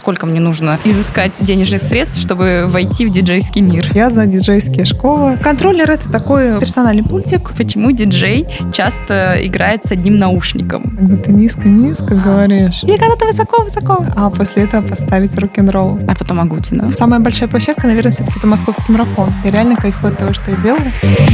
сколько мне нужно изыскать денежных средств, чтобы войти в диджейский мир? Я за диджейские школы. Контроллер — это такой персональный пультик. Почему диджей часто играет с одним наушником? Когда ты низко-низко говоришь. Или когда ты высоко-высоко. А после этого поставить рок-н-ролл. А потом Агутина. Самая большая площадка, наверное, все-таки это московский марафон. Я реально кайфую от того, что я делаю.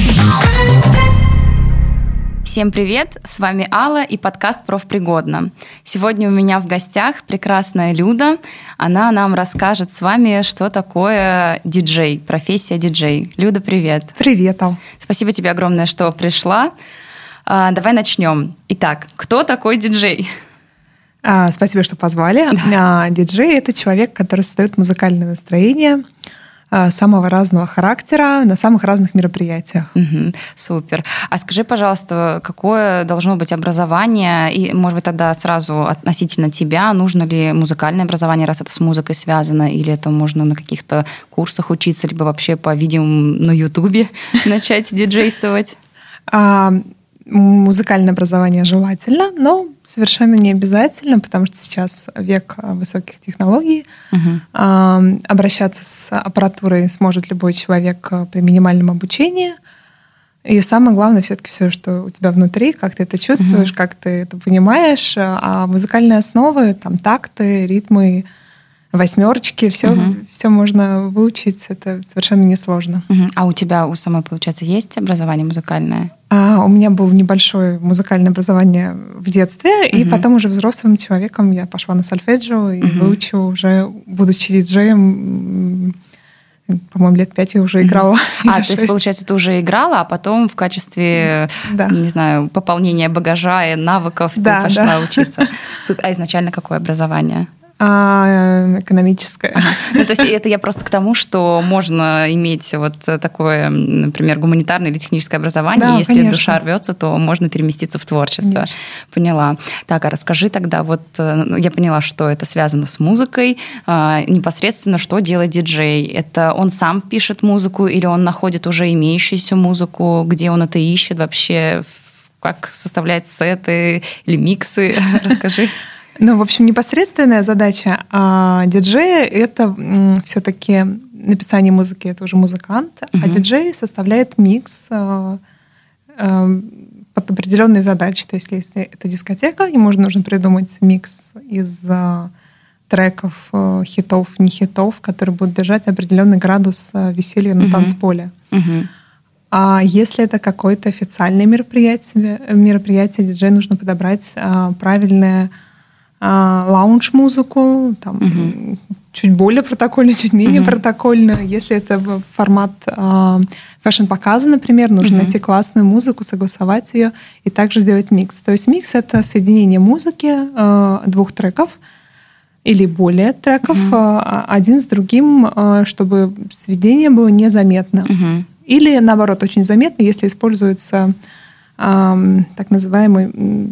Всем привет! С вами Алла и подкаст «Профпригодно». Сегодня у меня в гостях прекрасная Люда. Она нам расскажет с вами, что такое диджей, профессия диджей. Люда, привет! Привет, Ал. Спасибо тебе огромное, что пришла. Давай начнем. Итак, кто такой диджей? Спасибо, что позвали. Да. Диджей — это человек, который создает музыкальное настроение самого разного характера на самых разных мероприятиях. Угу, супер. А скажи, пожалуйста, какое должно быть образование? И, может быть, тогда сразу относительно тебя, нужно ли музыкальное образование, раз это с музыкой связано, или это можно на каких-то курсах учиться, либо вообще по видео на Ютубе начать диджействовать? Музыкальное образование желательно, но совершенно не обязательно, потому что сейчас век высоких технологий. Обращаться с аппаратурой сможет любой человек при минимальном обучении. И самое главное все-таки все, что у тебя внутри, как ты это чувствуешь, как ты это понимаешь. А музыкальные основы, там такты, ритмы, восьмерочки, все можно выучить, это совершенно несложно. А у тебя у самой, получается, есть образование музыкальное? У меня было небольшое музыкальное образование в детстве, и потом уже взрослым человеком я пошла на сольфеджио и выучила уже, будучи диджеем, по-моему, лет 5 я уже играла. То есть, получается, ты уже играла, а потом в качестве, не знаю, пополнения багажа и навыков ты пошла учиться. А изначально какое образование? Экономическое. То есть это я просто к тому, что можно иметь вот такое, например, гуманитарное или техническое образование, если душа рвется, то можно переместиться в творчество. Конечно. Поняла. Так, а расскажи тогда, вот я поняла, что это связано с музыкой, непосредственно что делает диджей? Это он сам пишет музыку или он находит уже имеющуюся музыку, где он это ищет вообще, как составлять сеты или миксы? Расскажи. В общем, непосредственная задача диджея — это все-таки написание музыки, это уже музыкант, а диджей составляет микс под определенные задачи. То есть, если это дискотека, ему нужно придумать микс из треков, хитов, не хитов, которые будут держать определенный градус веселья на танцполе. А если это какое-то официальное мероприятие, диджею нужно подобрать правильное лаунж-музыку, чуть более протокольную, чуть менее протокольную. Если это формат фэшн-показа, например, нужно найти классную музыку, согласовать ее и также сделать микс. То есть микс — это соединение музыки двух треков или более треков один с другим, чтобы сведение было незаметно. Или, наоборот, очень заметно, если используется так называемый...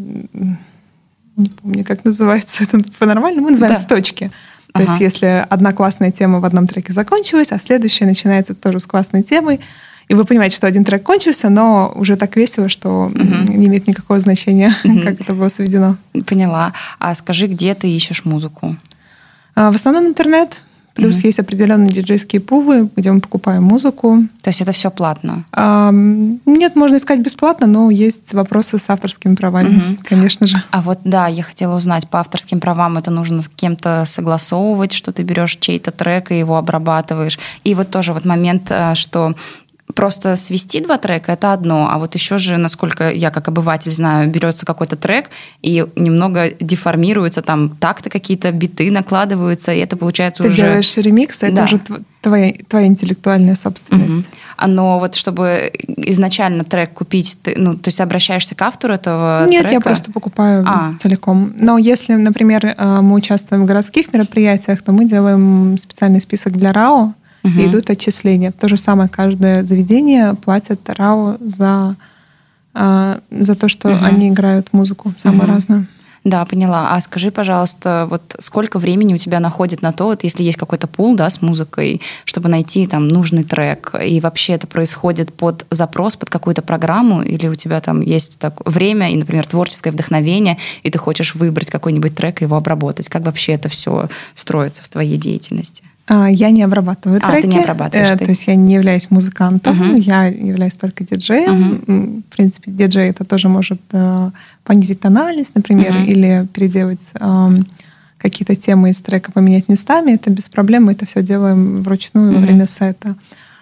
Не помню, как называется это по-нормальному. Мы называем сточки. То есть если одна классная тема в одном треке закончилась, а следующая начинается тоже с классной темой, и вы понимаете, что один трек кончился, но уже так весело, что не имеет никакого значения, как это было сведено. Поняла. А скажи, где ты ищешь музыку? В основном интернет. Плюс есть определенные диджейские пулы, где мы покупаем музыку. То есть это все платно? Нет, можно искать бесплатно, но есть вопросы с авторскими правами, конечно же. А вот да, я хотела узнать, по авторским правам это нужно с кем-то согласовывать, что ты берешь чей-то трек и его обрабатываешь. И вот тоже вот момент, что просто свести два трека — это одно, а вот еще же, насколько я как обыватель знаю, берется какой-то трек и немного деформируется, там такты какие-то, биты накладываются, и это получается уже... Ты делаешь ремикс, это уже твоя интеллектуальная собственность. Но вот чтобы изначально трек купить, то есть обращаешься к автору этого трека? Нет, я просто покупаю целиком. Но если, например, мы участвуем в городских мероприятиях, то мы делаем специальный список для РАО, и идут отчисления. То же самое, каждое заведение платит РАО за то, что они играют музыку самую разную. Да, поняла. А скажи, пожалуйста, вот сколько времени у тебя находит на то, вот если есть какой-то пул, да, с музыкой, чтобы найти там нужный трек, и вообще это происходит под запрос, под какую-то программу, или у тебя там есть так время и, например, творческое вдохновение, и ты хочешь выбрать какой-нибудь трек и его обработать? Как вообще это все строится в твоей деятельности? Я не обрабатываю треки. Ты не обрабатываешь. То есть я не являюсь музыкантом, я являюсь только диджеем. В принципе, диджей это тоже может понизить тональность, например, или переделать какие-то темы из трека, поменять местами. Это без проблем, мы это все делаем вручную во время сета.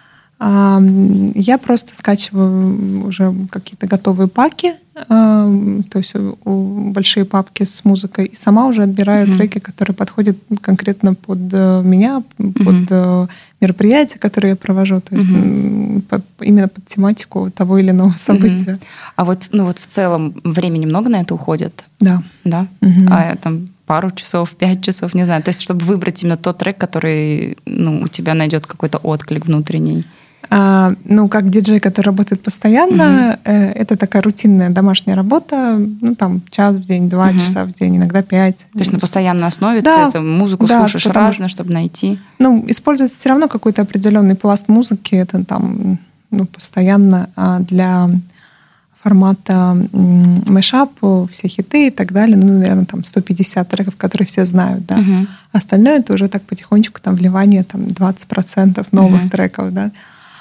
Я просто скачиваю уже какие-то готовые паки, то есть большие папки с музыкой, и сама уже отбираю треки, которые подходят конкретно под меня, под мероприятие, которое я провожу, то есть именно под тематику того или иного события. А вот, вот в целом времени много на это уходит? Да. Да? А там пару часов, 5 часов, не знаю. То есть чтобы выбрать именно тот трек, который у тебя найдет какой-то отклик внутренний. Как диджей, который работает постоянно, это такая рутинная домашняя работа, там час в день, 2 часа в день, иногда 5. То есть на постоянной основе ты эту музыку слушаешь разную, чтобы найти? Используется все равно какой-то определенный пласт музыки, это там постоянно для формата мэшап, все хиты и так далее, наверное, там 150 треков, которые все знают, да. Остальное это уже так потихонечку там вливание там 20% новых треков, да.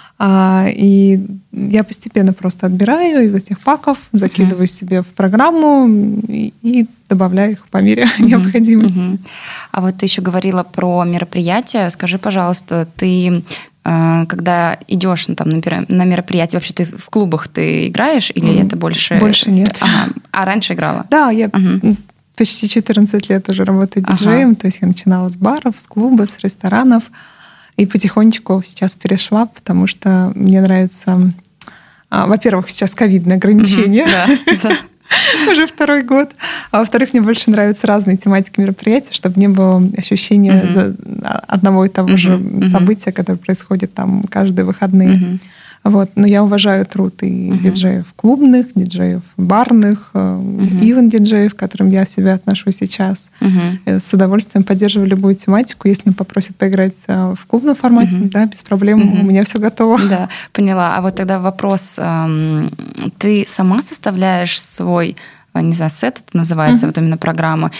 И я постепенно просто отбираю из этих паков, закидываю себе в программу и добавляю их по мере необходимости. А вот ты еще говорила про мероприятия. Скажи, пожалуйста, ты когда идешь на мероприятие, вообще ты в клубах ты играешь или это больше... Больше нет. А раньше играла? Да, я почти 14 лет уже работаю диджеем, то есть я начинала с баров, с клубов, с ресторанов. И потихонечку сейчас перешла, потому что мне нравится... Во-первых, сейчас ковидные ограничения. Уже 2-й год. А во-вторых, мне больше нравятся разные тематики мероприятий, чтобы не было ощущения одного и того же события, которое происходит там каждые выходные. Но я уважаю труд и диджеев клубных, диджеев барных, ивент-диджеев, к которым я себя отношу сейчас. С удовольствием поддерживаю любую тематику. Если меня попросят поиграть в клубном формате, да, без проблем, у меня все готово. Да, поняла. А вот тогда вопрос. Ты сама составляешь свой, не знаю, сет это называется, вот именно программа,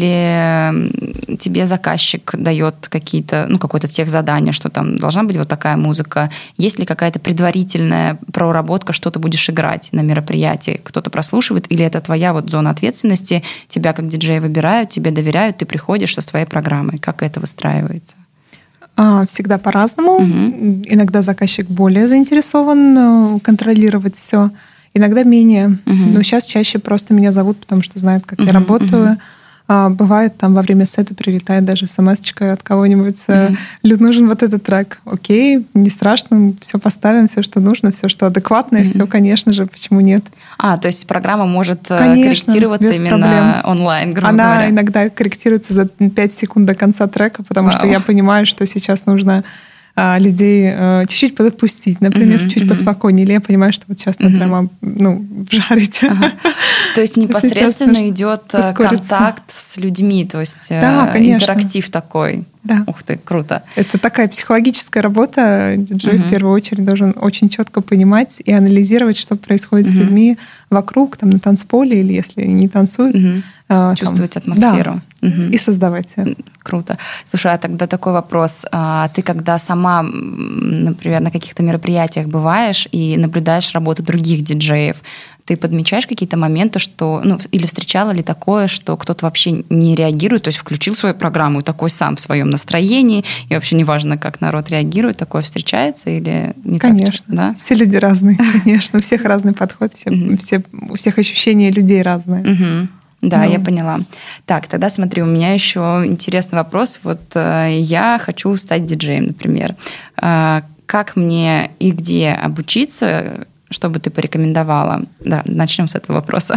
или тебе заказчик дает какие-то, какое-то техзадание, что там должна быть вот такая музыка? Есть ли какая-то предварительная проработка, что ты будешь играть на мероприятии? Кто-то прослушивает, или это твоя вот зона ответственности, тебя как диджея выбирают, тебе доверяют, ты приходишь со своей программой? Как это выстраивается? Всегда по-разному. Иногда заказчик более заинтересован контролировать все. Иногда менее. Но сейчас чаще просто меня зовут, потому что знают, как я работаю. Бывает, там во время сета прилетает даже смс-очка от кого-нибудь. Нужен вот этот трек. Окей, не страшно, все поставим, все, что нужно, все, что адекватное, все, конечно же, почему нет. То есть программа может корректироваться именно онлайн, грубо говоря? Она иногда корректируется за 5 секунд до конца трека, потому что я понимаю, что сейчас нужно людей чуть-чуть подотпустить, например, чуть поспокойнее. Или я понимаю, что вот сейчас надо прямо вжарить. То есть непосредственно идет контакт с людьми, то есть интерактив такой. Да. Ух ты, круто. Это такая психологическая работа. Диджей в первую очередь должен очень четко понимать и анализировать, что происходит с людьми вокруг, там на танцполе, или если не танцуют. Чувствовать атмосферу. Да, и создавать ее. Круто. Слушай, а тогда такой вопрос. Ты когда сама, например, на каких-то мероприятиях бываешь и наблюдаешь работу других диджеев, ты подмечаешь какие-то моменты, что, или встречала ли такое, что кто-то вообще не реагирует, то есть включил свою программу и такой сам в своем настроении, и вообще неважно, как народ реагирует, такое встречается или не так? Конечно. Да? Все люди разные, конечно. У всех разный подход, у всех ощущения людей разные. Да, я поняла. Так, тогда смотри, у меня еще интересный вопрос. Вот я хочу стать диджеем, например. Как мне и где обучиться, чтобы ты порекомендовала? Да, начнем с этого вопроса.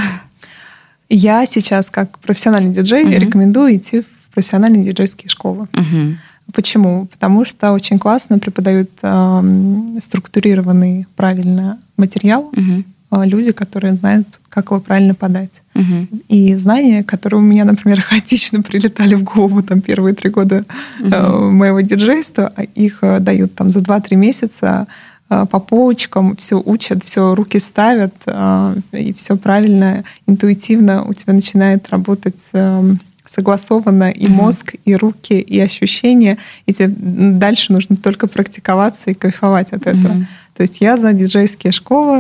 Я сейчас, как профессиональный диджей, рекомендую идти в профессиональные диджейские школы. Почему? Потому что очень классно преподают структурированный, правильно, материал. люди, которые знают, как его правильно подать. И знания, которые у меня, например, хаотично прилетали в голову там, первые 3 года моего диджейства, их дают там, за 2-3 месяца по полочкам, все учат, все руки ставят, и все правильно, интуитивно у тебя начинает работать согласованно и мозг, и руки, и ощущения, и тебе дальше нужно только практиковаться и кайфовать от этого. То есть я за диджейские школы.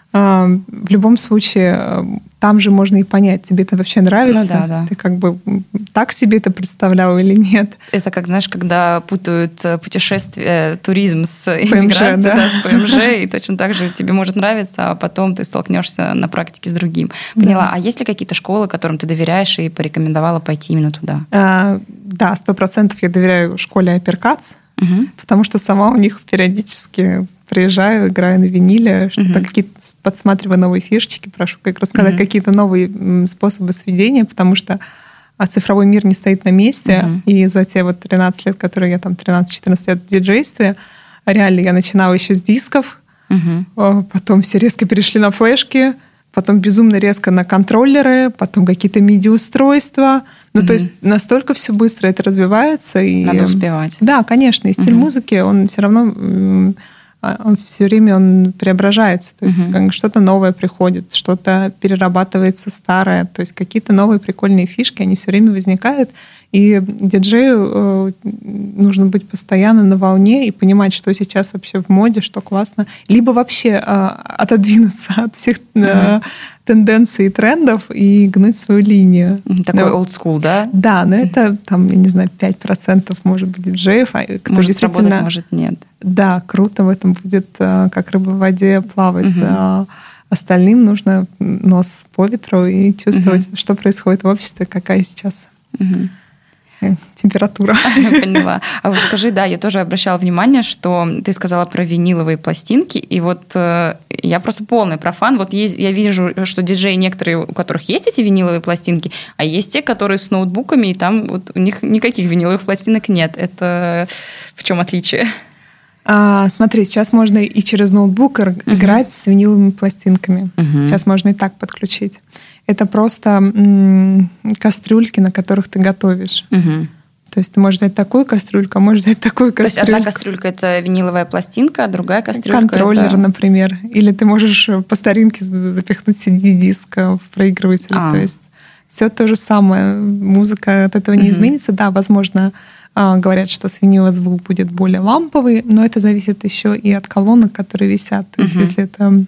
В любом случае, там же можно и понять, тебе это вообще нравится, да. Ты как бы так себе это представляла или нет. Это как, знаешь, когда путают путешествие, туризм с иммиграцией, с ПМЖ, и точно так же тебе может нравиться, а потом ты столкнешься на практике с другим. Поняла. Да. А есть ли какие-то школы, которым ты доверяешь и порекомендовала пойти именно туда? Да, 100% я доверяю школе Апперкатс, потому что сама у них периодически приезжаю, играю на виниле, что-то какие-то подсматриваю новые фишечки, прошу как рассказать какие-то новые способы сведения, потому что цифровой мир не стоит на месте, и за те вот 13 лет, которые я там 13-14 лет в диджействе, реально я начинала еще с дисков, потом все резко перешли на флешки, потом безумно резко на контроллеры, потом какие-то MIDI-устройства. Ну, то есть настолько все быстро это развивается. Надо успевать. Да, конечно. И стиль музыки, он все равно... все время он преображается. То есть что-то новое приходит, что-то перерабатывается старое. То есть какие-то новые прикольные фишки, они все время возникают. И диджею нужно быть постоянно на волне и понимать, что сейчас вообще в моде, что классно. Либо вообще отодвинуться от всех тенденций и трендов и гнуть свою линию. Такой old school, да? Да, но это, там, я не знаю, 5% может быть диджеев, кто может действительно... сработать, может нет. Да, круто в этом будет, как рыба в воде плавать. Остальным нужно нос по ветру и чувствовать, что происходит в обществе, какая сейчас температура. Поняла. А вот скажи, да, я тоже обращала внимание, что ты сказала про виниловые пластинки, и вот я просто полный профан. Вот я вижу, что диджеи некоторые, у которых есть эти виниловые пластинки, а есть те, которые с ноутбуками, и там вот у них никаких виниловых пластинок нет. Это в чем отличие? Смотри, сейчас можно и через ноутбук играть с виниловыми пластинками. Сейчас можно и так подключить. Это просто кастрюльки, на которых ты готовишь. То есть ты можешь взять такую кастрюльку, а можешь взять такую кастрюльку. То есть одна кастрюлька — это виниловая пластинка, а другая кастрюлька — контроллер, это... например. Или ты можешь по старинке запихнуть CD-диск в проигрыватель. То есть все то же самое. Музыка от этого не изменится. Да, возможно, говорят, что с винила звук будет более ламповый, но это зависит еще и от колонок, которые висят. То есть если это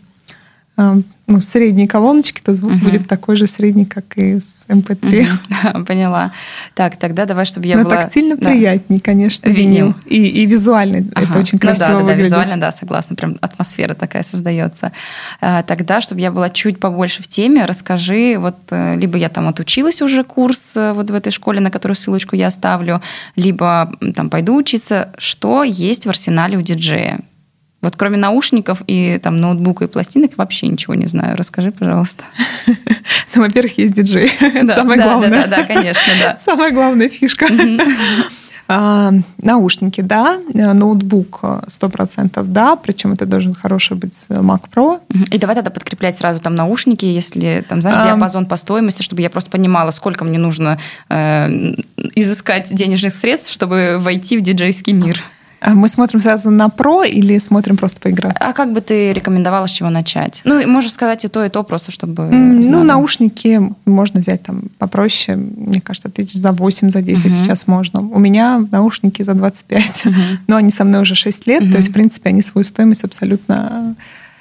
средние колоночки, то звук будет такой же средний, как и с MP3. Поняла. Так, тогда давай, чтобы я была... Но тактильно приятней, конечно, винил. И визуально это очень красиво выглядит. Да, визуально, да, согласна. Прям атмосфера такая создается. Тогда, чтобы я была чуть побольше в теме, расскажи, вот либо я там отучилась уже курс вот в этой школе, на которую ссылочку я оставлю, либо там пойду учиться, что есть в арсенале у диджея. Вот кроме наушников и там ноутбука и пластинок вообще ничего не знаю. Расскажи, пожалуйста. Ну, во-первых, есть диджей. Это самое главное. Да, конечно, да. Самая главная фишка. Наушники, да. Ноутбук 100% да. Причем это должен хороший быть Mac Pro. И давай тогда подкреплять сразу там наушники, если там, знаешь, диапазон по стоимости, чтобы я просто понимала, сколько мне нужно изыскать денежных средств, чтобы войти в диджейский мир. Мы смотрим сразу на Pro или смотрим просто поиграться? А как бы ты рекомендовала, с чего начать? Ну, можешь сказать и то, просто чтобы... наушники можно взять там попроще. Мне кажется, за 8, за 10 сейчас можно. У меня наушники за 25. Но они со мной уже 6 лет. То есть, в принципе, они свою стоимость абсолютно...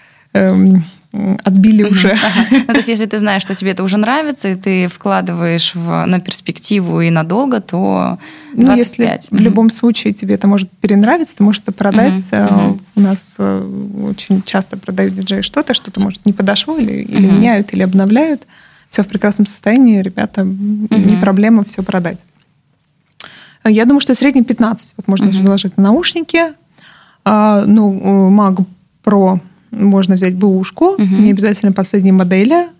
отбили уже. Ну, то есть, если ты знаешь, что тебе это уже нравится, и ты вкладываешь на перспективу и надолго, то 25. Если в любом случае тебе это может перенравиться, ты можешь это продать. У нас очень часто продают диджеи что-то может не подошло, или меняют, или обновляют. Все в прекрасном состоянии, ребята, не проблема все продать. Я думаю, что средний 15. Вот можно даже заложить на наушники. Mac Pro можно взять бэушку, не обязательно последние модели.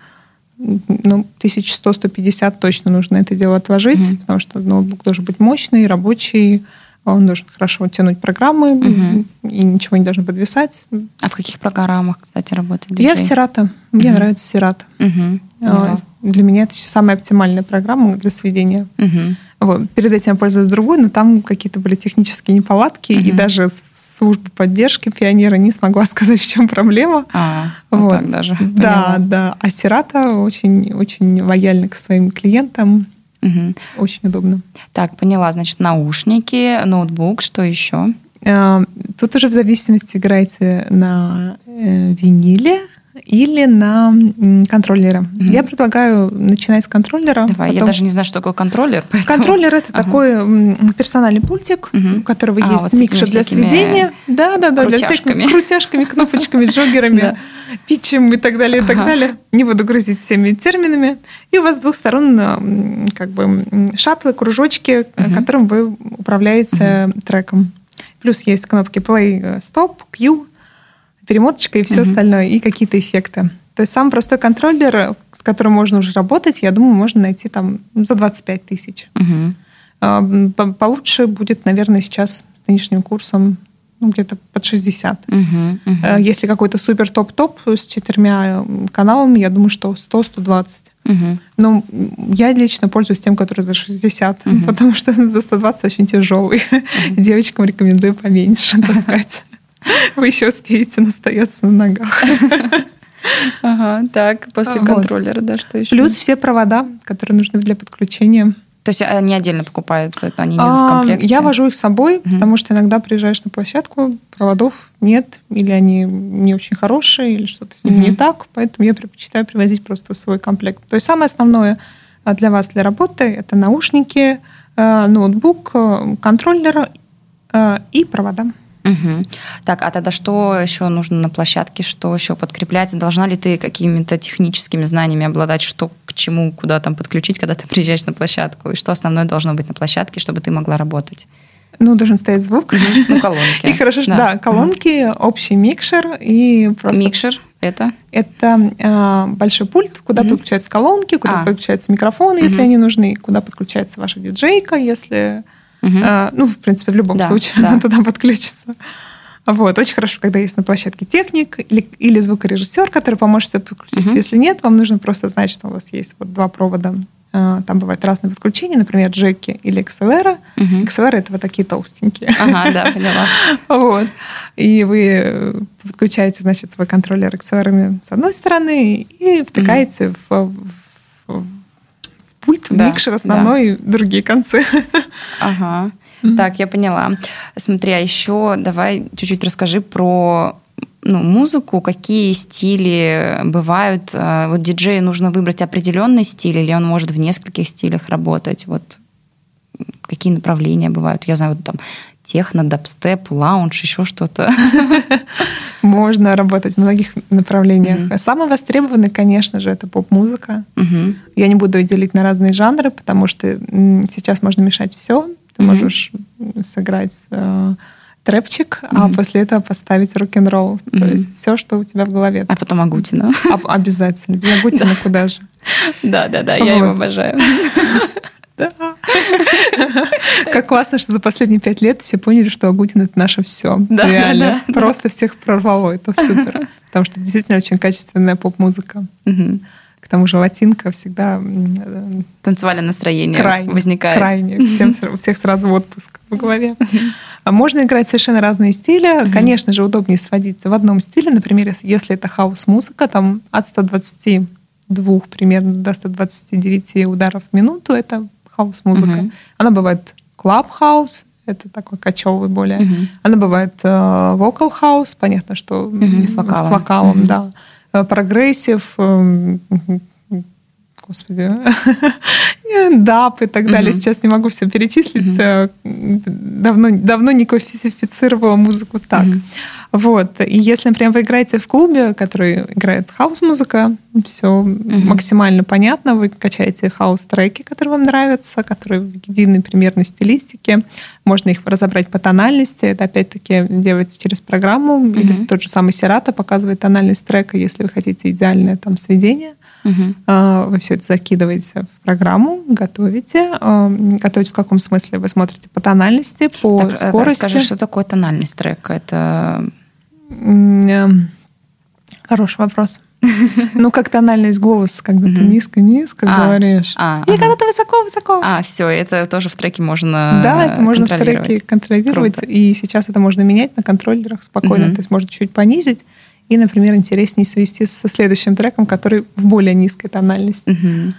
1100-150 точно нужно это дело отложить, потому что ноутбук должен быть мощный, рабочий, Он должен хорошо тянуть программы, и ничего не должно подвисать. А в каких программах, кстати, работает диджей? Я в Serato. Мне нравится Serato. Для меня это самая оптимальная программа для сведения. Вот. Перед этим я пользовалась другой, но там какие-то были технические неполадки, и даже служба поддержки Пионера не смогла сказать, в чем проблема. Вот так даже. Да. А Serato очень, очень лояльна к своим клиентам. Очень удобно. Так, поняла. Значит, наушники, ноутбук, что еще? Тут уже в зависимости играете на виниле или на контроллере. Я предлагаю начинать с контроллера. Давай, я даже не знаю, что такое контроллер. Поэтому... Контроллер — это такой персональный пультик, у которого есть микшер для сведения. Да, для всех крутяшками, кнопочками, джогерами, питчем и так далее, и так далее. Не буду грузить всеми терминами. И у вас с двух сторон как бы шаттлы, кружочки, которым вы управляете треком. Плюс есть кнопки play, stop, cue, перемоточка и все остальное, и какие-то эффекты. То есть самый простой контроллер, с которым можно уже работать, я думаю, можно найти там за 25 тысяч. Получше будет, наверное, сейчас с нынешним курсом где-то под 60. Если какой-то супер топ-топ с 4 каналами, я думаю, что 100-120. Но я лично пользуюсь тем, который за 60, потому что за 120 очень тяжелый. Девочкам рекомендую поменьше таскать. Вы еще успеете настояться на ногах. Так, после контроллера, да, что еще? Плюс все провода, которые нужны для подключения. То есть они отдельно покупаются, это они не в комплекте? Я вожу их с собой, потому что иногда приезжаешь на площадку, проводов нет, или они не очень хорошие, или что-то с ними не так, поэтому я предпочитаю привозить просто свой комплект. То есть самое основное для вас, для работы, это наушники, ноутбук, контроллер и провода. Так, а тогда что еще нужно на площадке, что еще подкреплять? Должна ли ты какими-то техническими знаниями обладать, что к чему, куда там подключить, когда ты приезжаешь на площадку? И что основное должно быть на площадке, чтобы ты могла работать? Должен стоять звук. Колонки. И хорошо, да, колонки, общий микшер и просто... Микшер это? Это большой пульт, куда подключаются колонки, куда подключаются микрофоны, если они нужны, куда подключается ваша диджейка, если... в принципе, в любом случае она туда подключится. Вот. Очень хорошо, когда есть на площадке техник или звукорежиссер, который поможет все подключить. Если нет, вам нужно просто знать, что у вас есть вот 2 провода. Там бывают разные подключения, например, джеки или XLR. XLR — это вот такие толстенькие. Да, поняла. Вот. И вы подключаете, значит, свой контроллер XLR с одной стороны и втыкаете в пульт, микшер основной, другие концы. Так, я поняла. Смотри, а еще давай чуть-чуть расскажи про музыку, какие стили бывают. Вот диджею нужно выбрать определенный стиль, или он может в нескольких стилях работать? Вот какие направления бывают? Я знаю, вот там техно, дабстеп, лаунж, еще что-то. Можно работать в многих направлениях. Самый востребованный, конечно же, это поп-музыка. Я не буду ее делить на разные жанры, потому что сейчас можно мешать все. Ты можешь сыграть трэпчик, а после этого поставить рок-н-ролл. То есть все, что у тебя в голове. А потом Агутина. Обязательно. Без Агутина куда же? Да, я его обожаю. Да. Как классно, что за последние 5 лет все поняли, что Агутин — это наше все. Реально. Просто всех прорвало. Это супер. Потому что действительно очень качественная поп-музыка. К тому же латинка всегда... Танцевальное настроение возникает. Крайне. У всех сразу отпуск в голове. Можно играть совершенно разные стили. Конечно же, удобнее сводиться в одном стиле. Например, если это хаус-музыка, там от 122 примерно до 129 ударов в минуту — это хаус-музыка. Она бывает клаб-хаус, это такой кочевый более. Она бывает вокал-хаус, понятно, что с вокалом, да. Прогрессив, господи, даб и так далее. Сейчас не могу все перечислить. Давно не классифицировала музыку так. Вот. И если, например, вы играете в клубе, который играет хаус-музыка, все максимально понятно, вы качаете хаус-треки, которые вам нравятся, которые в единой примерной стилистике. Можно их разобрать по тональности. Это опять-таки делается через программу. Или тот же самый Serato показывает тональность трека, если вы хотите идеальное там сведение. Вы все это закидываете в программу, готовите. Готовите в каком смысле? Вы смотрите по тональности, по скорости? Скажи, что такое тональность трека? Это... Хороший вопрос. Ну, как тональность голоса, когда ты низко-низко говоришь. Или когда ты высоко-высоко. Все, это тоже в треке можно Да, это можно в треке контролировать. Круто. И сейчас это можно менять на контроллерах спокойно. То есть можно чуть понизить и, например, интереснее свести со следующим треком, который в более низкой тональности.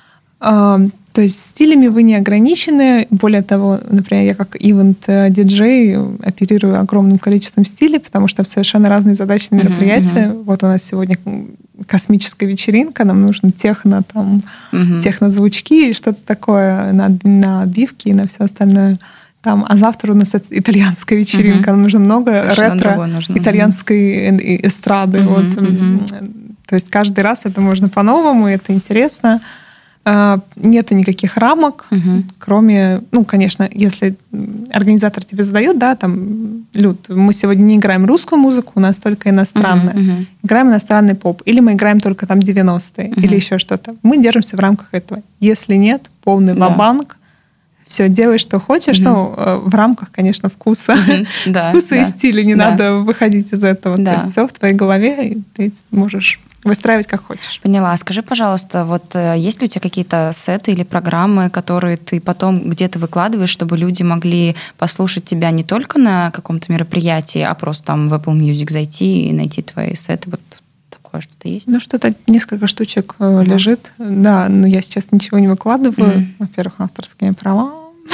То есть стилями вы не ограничены. Более того, например, я как ивент-диджей оперирую огромным количеством стилей, потому что совершенно разные задачи на мероприятия. Вот у нас сегодня космическая вечеринка, нам нужно техно, там, технозвучки и что-то такое на отбивки и на все остальное. Там, а завтра у нас итальянская вечеринка, нам нужно много ретро итальянской эстрады. Вот. То есть каждый раз это можно по-новому, это интересно. Нету никаких рамок, кроме, конечно, если организатор тебе задает, да, там, Люд, мы сегодня не играем русскую музыку, у нас только иностранная. Играем иностранный поп, или мы играем только там 90-е, или еще что-то. Мы держимся в рамках этого. Если нет, полный ва-банк, все, делай, что хочешь, в рамках, конечно, вкуса. Вкуса и стиля, не надо выходить из этого. То есть все в твоей голове, и ты можешь выстраивать как хочешь. Поняла. Скажи, пожалуйста, вот есть ли у тебя какие-то сеты или программы, которые ты потом где-то выкладываешь, чтобы люди могли послушать тебя не только на каком-то мероприятии, а просто там в Apple Music зайти и найти твои сеты? Вот такое что-то есть? Что-то, несколько штучек лежит. Да, но я сейчас ничего не выкладываю. Во-первых, авторские права.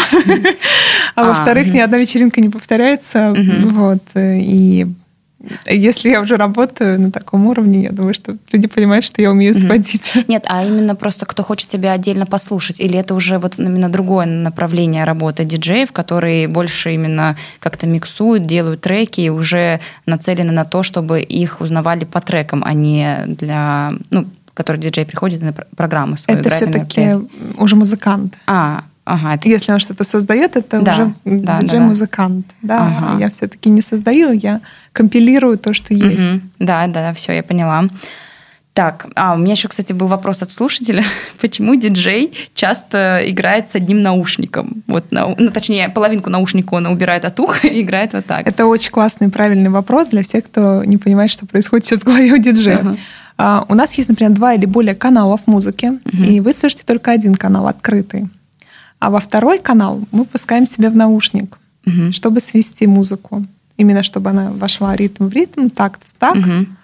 А во-вторых, ни одна вечеринка не повторяется. Вот. И если я уже работаю на таком уровне, я думаю, что люди понимают, что я умею сводить. Нет, а именно просто кто хочет тебя отдельно послушать, или это уже вот именно другое направление работы диджеев, которые больше именно как-то миксуют, делают треки и уже нацелены на то, чтобы их узнавали по трекам, а не для, который диджей приходит на программу свою. Это все-таки уже музыкант. Если он что-то создает, это уже диджей-музыкант. Да. Я все-таки не создаю, я компилирую то, что есть. Да, все, я поняла. Так, у меня еще, кстати, был вопрос от слушателя. Почему диджей часто играет с одним наушником? Вот, точнее, половинку наушника он убирает от уха и играет вот так. Это очень классный, правильный вопрос для всех, кто не понимает, что происходит сейчас в голове у диджея. У нас есть, например, 2 или более каналов музыки, и вы слышите только один канал, открытый. А во второй канал мы пускаем себе в наушник, чтобы свести музыку. Именно чтобы она вошла ритм в ритм, такт в такт.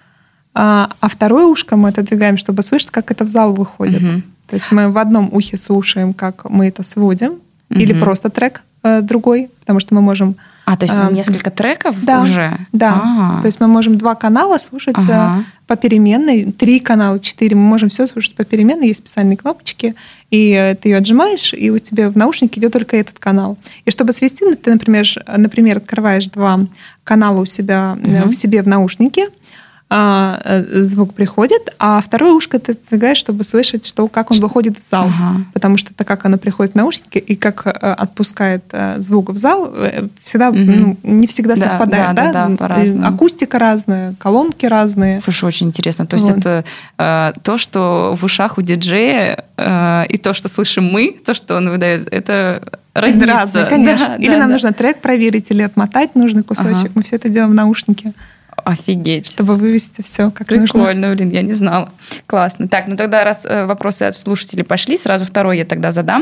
А второе ушко мы отодвигаем, чтобы слышать, как это в зал выходит. То есть мы в одном ухе слушаем, как мы это сводим, или просто трек другой, потому что мы можем... то есть несколько треков уже? Да. То есть мы можем 2 канала слушать попеременной, 3 канала, 4. Мы можем все слушать попеременно. Есть специальные кнопочки, и ты ее отжимаешь, и у тебя в наушнике идет только этот канал. И чтобы свести, ты, например, открываешь 2 канала у себя в себе в наушнике, звук приходит, а второе ушко ты отодвигаешь, чтобы слышать, как он выходит в зал. Потому что это как оно приходит в наушники и как отпускает звук в зал, всегда не всегда совпадает. Да, по-разному. Акустика разная, колонки разные. Слушай, очень интересно. То есть это то, что в ушах у диджея, и то, что слышим мы, то, что он выдает, это разница. Разные, конечно. Или нам нужно трек проверить, или отмотать нужный кусочек. Мы все это делаем в наушнике. Офигеть. Чтобы вывести все как Прикольно, нужно. Я не знала. Классно. Так, тогда раз вопросы от слушателей пошли, сразу второй я тогда задам.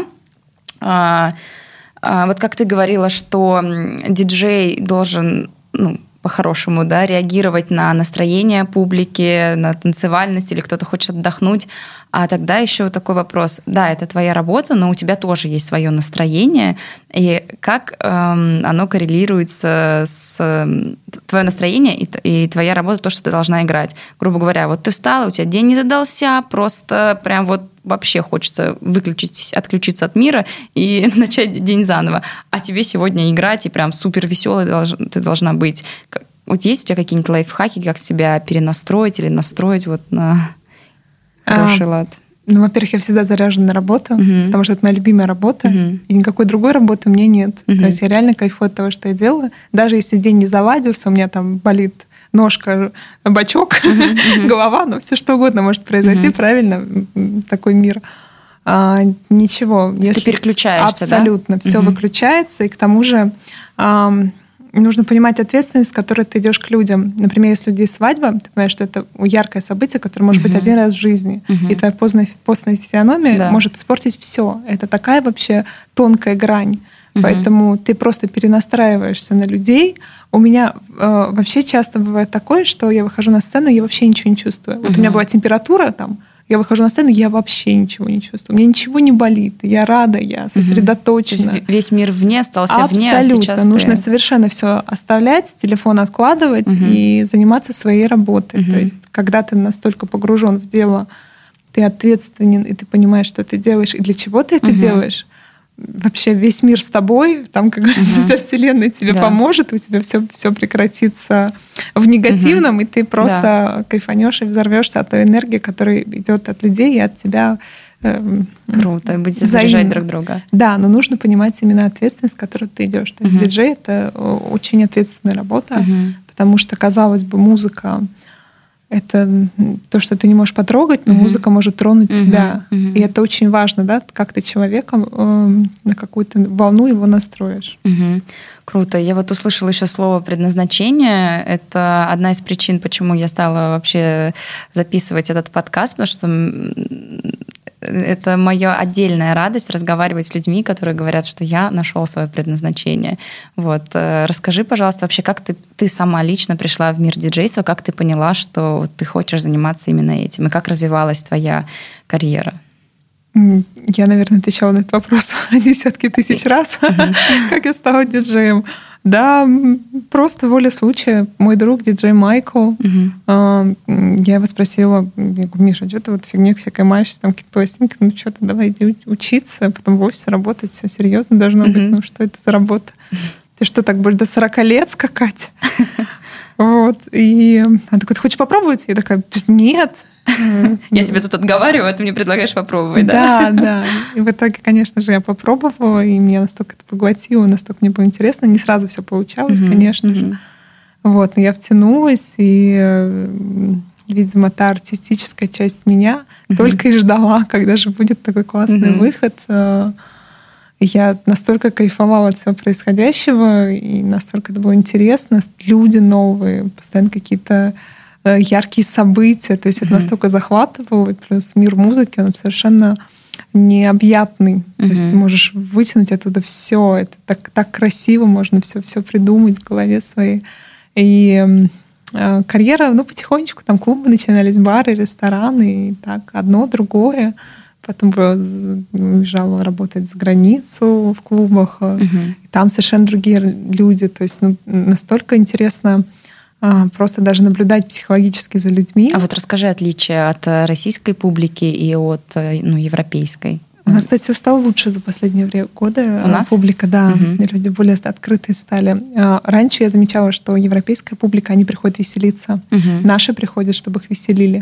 Вот как ты говорила, что диджей должен, по-хорошему, реагировать на настроение публики, на танцевальность, или кто-то хочет отдохнуть. А тогда еще такой вопрос. Да, это твоя работа, но у тебя тоже есть свое настроение. И как оно коррелируется с твое настроение и твоя работа, то, что ты должна играть? Грубо говоря, вот ты встала, у тебя день не задался, просто прям вообще хочется отключиться от мира и начать день заново. А тебе сегодня играть, и прям супер веселой ты должна быть. Вот есть у тебя какие-нибудь лайфхаки, как себя перенастроить или настроить на хороший лад? Во-первых, я всегда заряжена на работу, потому что это моя любимая работа, и никакой другой работы у меня нет. То есть я реально кайфую от того, что я делаю. Даже если день не заладился, у меня там болит ножка, бочок, голова, все что угодно может произойти, правильно? Такой мир. ничего. Если ты переключаешься, абсолютно, все выключается, и к тому же нужно понимать ответственность, с которой ты идешь к людям. Например, если у людей свадьба, ты понимаешь, что это яркое событие, которое может быть один раз в жизни, и твоя постная физиономия может испортить все. Это такая вообще тонкая грань. Поэтому ты просто перенастраиваешься на людей. У меня вообще часто бывает такое, что я выхожу на сцену, и я вообще ничего не чувствую. Вот у меня бывает температура там, я выхожу на сцену, я вообще ничего не чувствую. Мне ничего не болит. Я рада, я сосредоточена. То есть весь мир вне остался вне, а сейчас абсолютно. Нужно совершенно все оставлять, телефон откладывать и заниматься своей работой. То есть когда ты настолько погружен в дело, ты ответственен, и ты понимаешь, что ты делаешь, и для чего ты это делаешь. Вообще весь мир с тобой, там, как говорится, вся вселенная тебе поможет, у тебя все прекратится в негативном, и ты просто кайфанешь и взорвешься от той энергии, которая идет от людей и от тебя. Круто, будете заряжать друг друга. Да, но нужно понимать именно ответственность, с которой ты идешь. То есть диджей — это очень ответственная работа, потому что, казалось бы, музыка — это то, что ты не можешь потрогать, но музыка может тронуть тебя. И это очень важно, да, как ты человеком на какую-то волну его настроишь. Круто. Я вот услышала еще слово «предназначение». Это одна из причин, почему я стала вообще записывать этот подкаст, потому что это моя отдельная радость разговаривать с людьми, которые говорят, что я нашел свое предназначение. Вот. Расскажи, пожалуйста, вообще, как ты сама лично пришла в мир диджейства, как ты поняла, что ты хочешь заниматься именно этим, и как развивалась твоя карьера? Я, наверное, отвечала на этот вопрос десятки тысяч раз, как я стала диджеем. Да, просто воля случая. Мой друг, диджей Майкл, я его спросила, я говорю: Миша, что ты вот фигней всякой маешься, там какие-то пластинки, ну что ты, давай иди учиться, потом в офисе работать, все серьезно должно быть, ну что это за работа? Ты что, так будешь до 40 лет скакать? Вот. И она такая: ты хочешь попробовать? Я такая: нет. Я тебе тут отговариваю, а ты мне предлагаешь попробовать, да? Да. И в итоге, конечно же, я попробовала, и меня настолько это поглотило, настолько мне было интересно. Не сразу все получалось, конечно же. Вот, но я втянулась, и, видимо, та артистическая часть меня только и ждала, когда же будет такой классный выход. Я настолько кайфовала от всего происходящего, и настолько это было интересно. Люди новые, постоянно какие-то яркие события. То есть это настолько захватывало. Плюс мир музыки, он совершенно необъятный. То есть ты можешь вытянуть оттуда все. Это так красиво, можно все придумать в голове своей. И карьера, потихонечку, там клубы начинались, бары, рестораны, и так одно, другое. Потом уезжала работать за границу в клубах. И там совершенно другие люди. То есть настолько интересно просто даже наблюдать психологически за людьми. А вот расскажи отличия от российской публики и от европейской. У нас, кстати, стало лучше за последние годы. У нас? Публика, да. Люди более открытые стали. Раньше я замечала, что европейская публика, они приходят веселиться. Наши приходят, чтобы их веселили.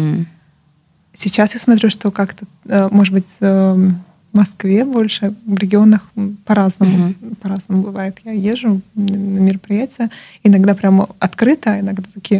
Сейчас я смотрю, что как-то, может быть, в Москве больше, в регионах по-разному. По-разному бывает. Я езжу на мероприятия, иногда прямо открыто, иногда такие,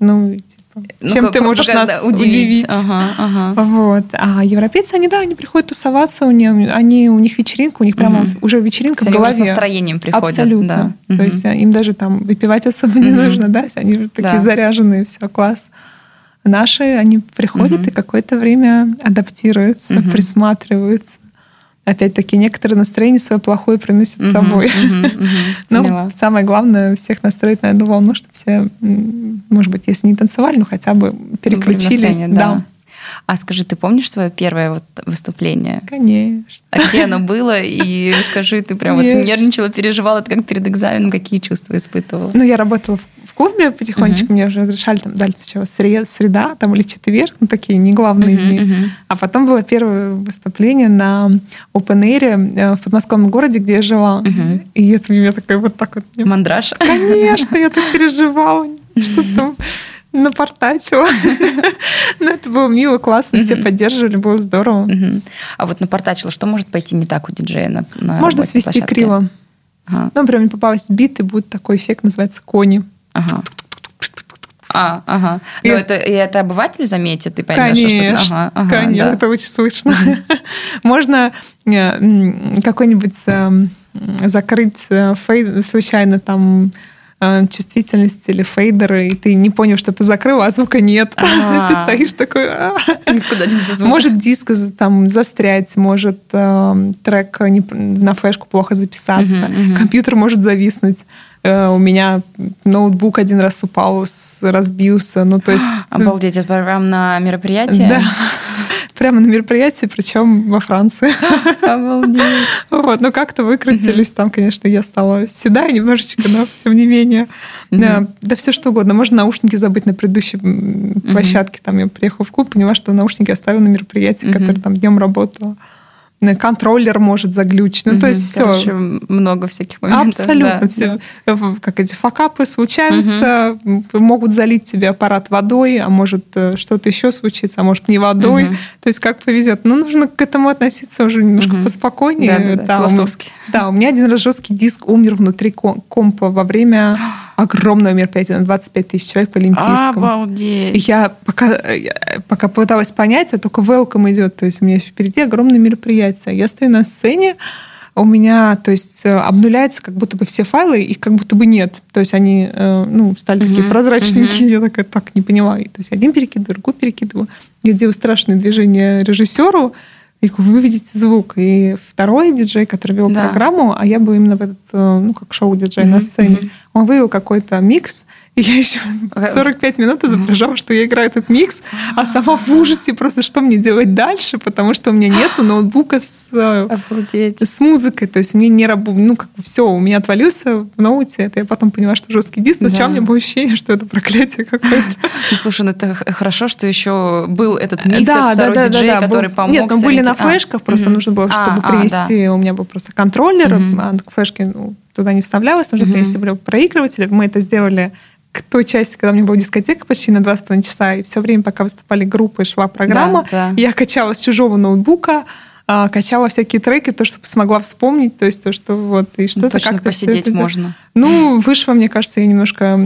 чем ты можешь нас удивить? Вот. А европейцы, они приходят тусоваться, у них вечеринка, у них прямо уже вечеринка в голове. Они уже с настроением приходят. Абсолютно. Да. То есть им даже там выпивать особо не нужно, да? Они же такие заряженные, все, класс. Наши, они приходят и какое-то время адаптируются, присматриваются. Опять-таки, некоторые настроение свое плохое приносят с собой. Но самое главное — всех настроить на одну волну, чтобы все, может быть, если не танцевали, но хотя бы переключились. Да. А скажи, ты помнишь свое первое выступление? Конечно. А где оно было? И скажи, ты прям нервничала, переживала, это как перед экзаменом, какие чувства испытывала? Я работала в клубе потихонечку, мне уже разрешали, там дали сначала среда там, или четверг, такие не главные дни. А потом было первое выступление на open-air в подмосковном городе, где я жила. И это меня такая вот так вот... Мандраж? Конечно, я так переживала, что там напортачила. Но это было мило, классно, все поддерживали, было здорово. А вот напортачила, что может пойти не так у диджея на Можно свести криво. Например, мне попалась бит, и будет такой эффект, называется кони. Ага. И это обыватель заметит, ты поймешь, конечно, конечно, это очень слышно. Можно какой-нибудь закрыть фейд случайно там чувствительность или фейдеры, и ты не понял, что ты закрыл, а звука нет. Ты стоишь такой... Никуда денется звук. Может диск там застрять, может трек на флешку плохо записаться, компьютер может зависнуть. У меня ноутбук один раз упал, разбился. Ну, то есть... Обалдеть, это прямо на мероприятии? Да. Прямо на мероприятии, причем во Франции. Обалдеть. Вот, но как-то выкрутились. Там, конечно, я стала седая немножечко, но тем не менее. Да все что угодно. Можно наушники забыть на предыдущей площадке. Там я приехала в клуб, поняла, что наушники оставила на мероприятии, которое там днем работало. Контроллер может заглючить. Ну, то есть все. Короче, много всяких моментов. Абсолютно. Все. Как эти факапы случаются, могут залить тебе аппарат водой, а может что-то еще случится, а может не водой. То есть как повезет. Но нужно к этому относиться уже немножко поспокойнее. Философски. Да, у меня один раз жесткий диск умер внутри компа во время огромного мероприятия на 25 тысяч человек по Олимпийскому. Обалдеть. И я пока пыталась понять, а только welcome идет. То есть у меня еще впереди огромное мероприятие. Я стою на сцене, у меня, то есть, обнуляется как будто бы все файлы, их как будто бы нет. То есть они стали такие прозрачненькие. Я такая, так, не поняла. То есть один перекидываю, другой перекидываю. Я делаю страшные движения режиссеру, и вы видите звук. И второй диджей, который вел программу, а я был именно в этот, как шоу-диджей на сцене, он вывел какой-то микс, и я еще 45 минут изображала, что я играю этот микс, а сама в ужасе просто, что мне делать дальше, потому что у меня нету ноутбука с музыкой, то есть мне не работает, все, у меня отвалился в ноуте, это я потом поняла, что жесткий диск, сначала у меня было ощущение, что это проклятие какое-то. Слушай, ну это хорошо, что еще был этот микс, этот второй диджей, который помог. Нет, мы были на флешках, просто нужно было, чтобы принести, у меня был просто контроллер, а к флешке туда не вставлялось, нужно принести был проигрыватель, мы это сделали к той части, когда у меня была дискотека почти на 2,5 часа, и все время, пока выступали группы, шла программа, я качала с чужого ноутбука, качала всякие треки, то, что смогла вспомнить, то есть то, что вот, и что-то точно как-то посидеть можно. Ну, вышло, мне кажется, я немножко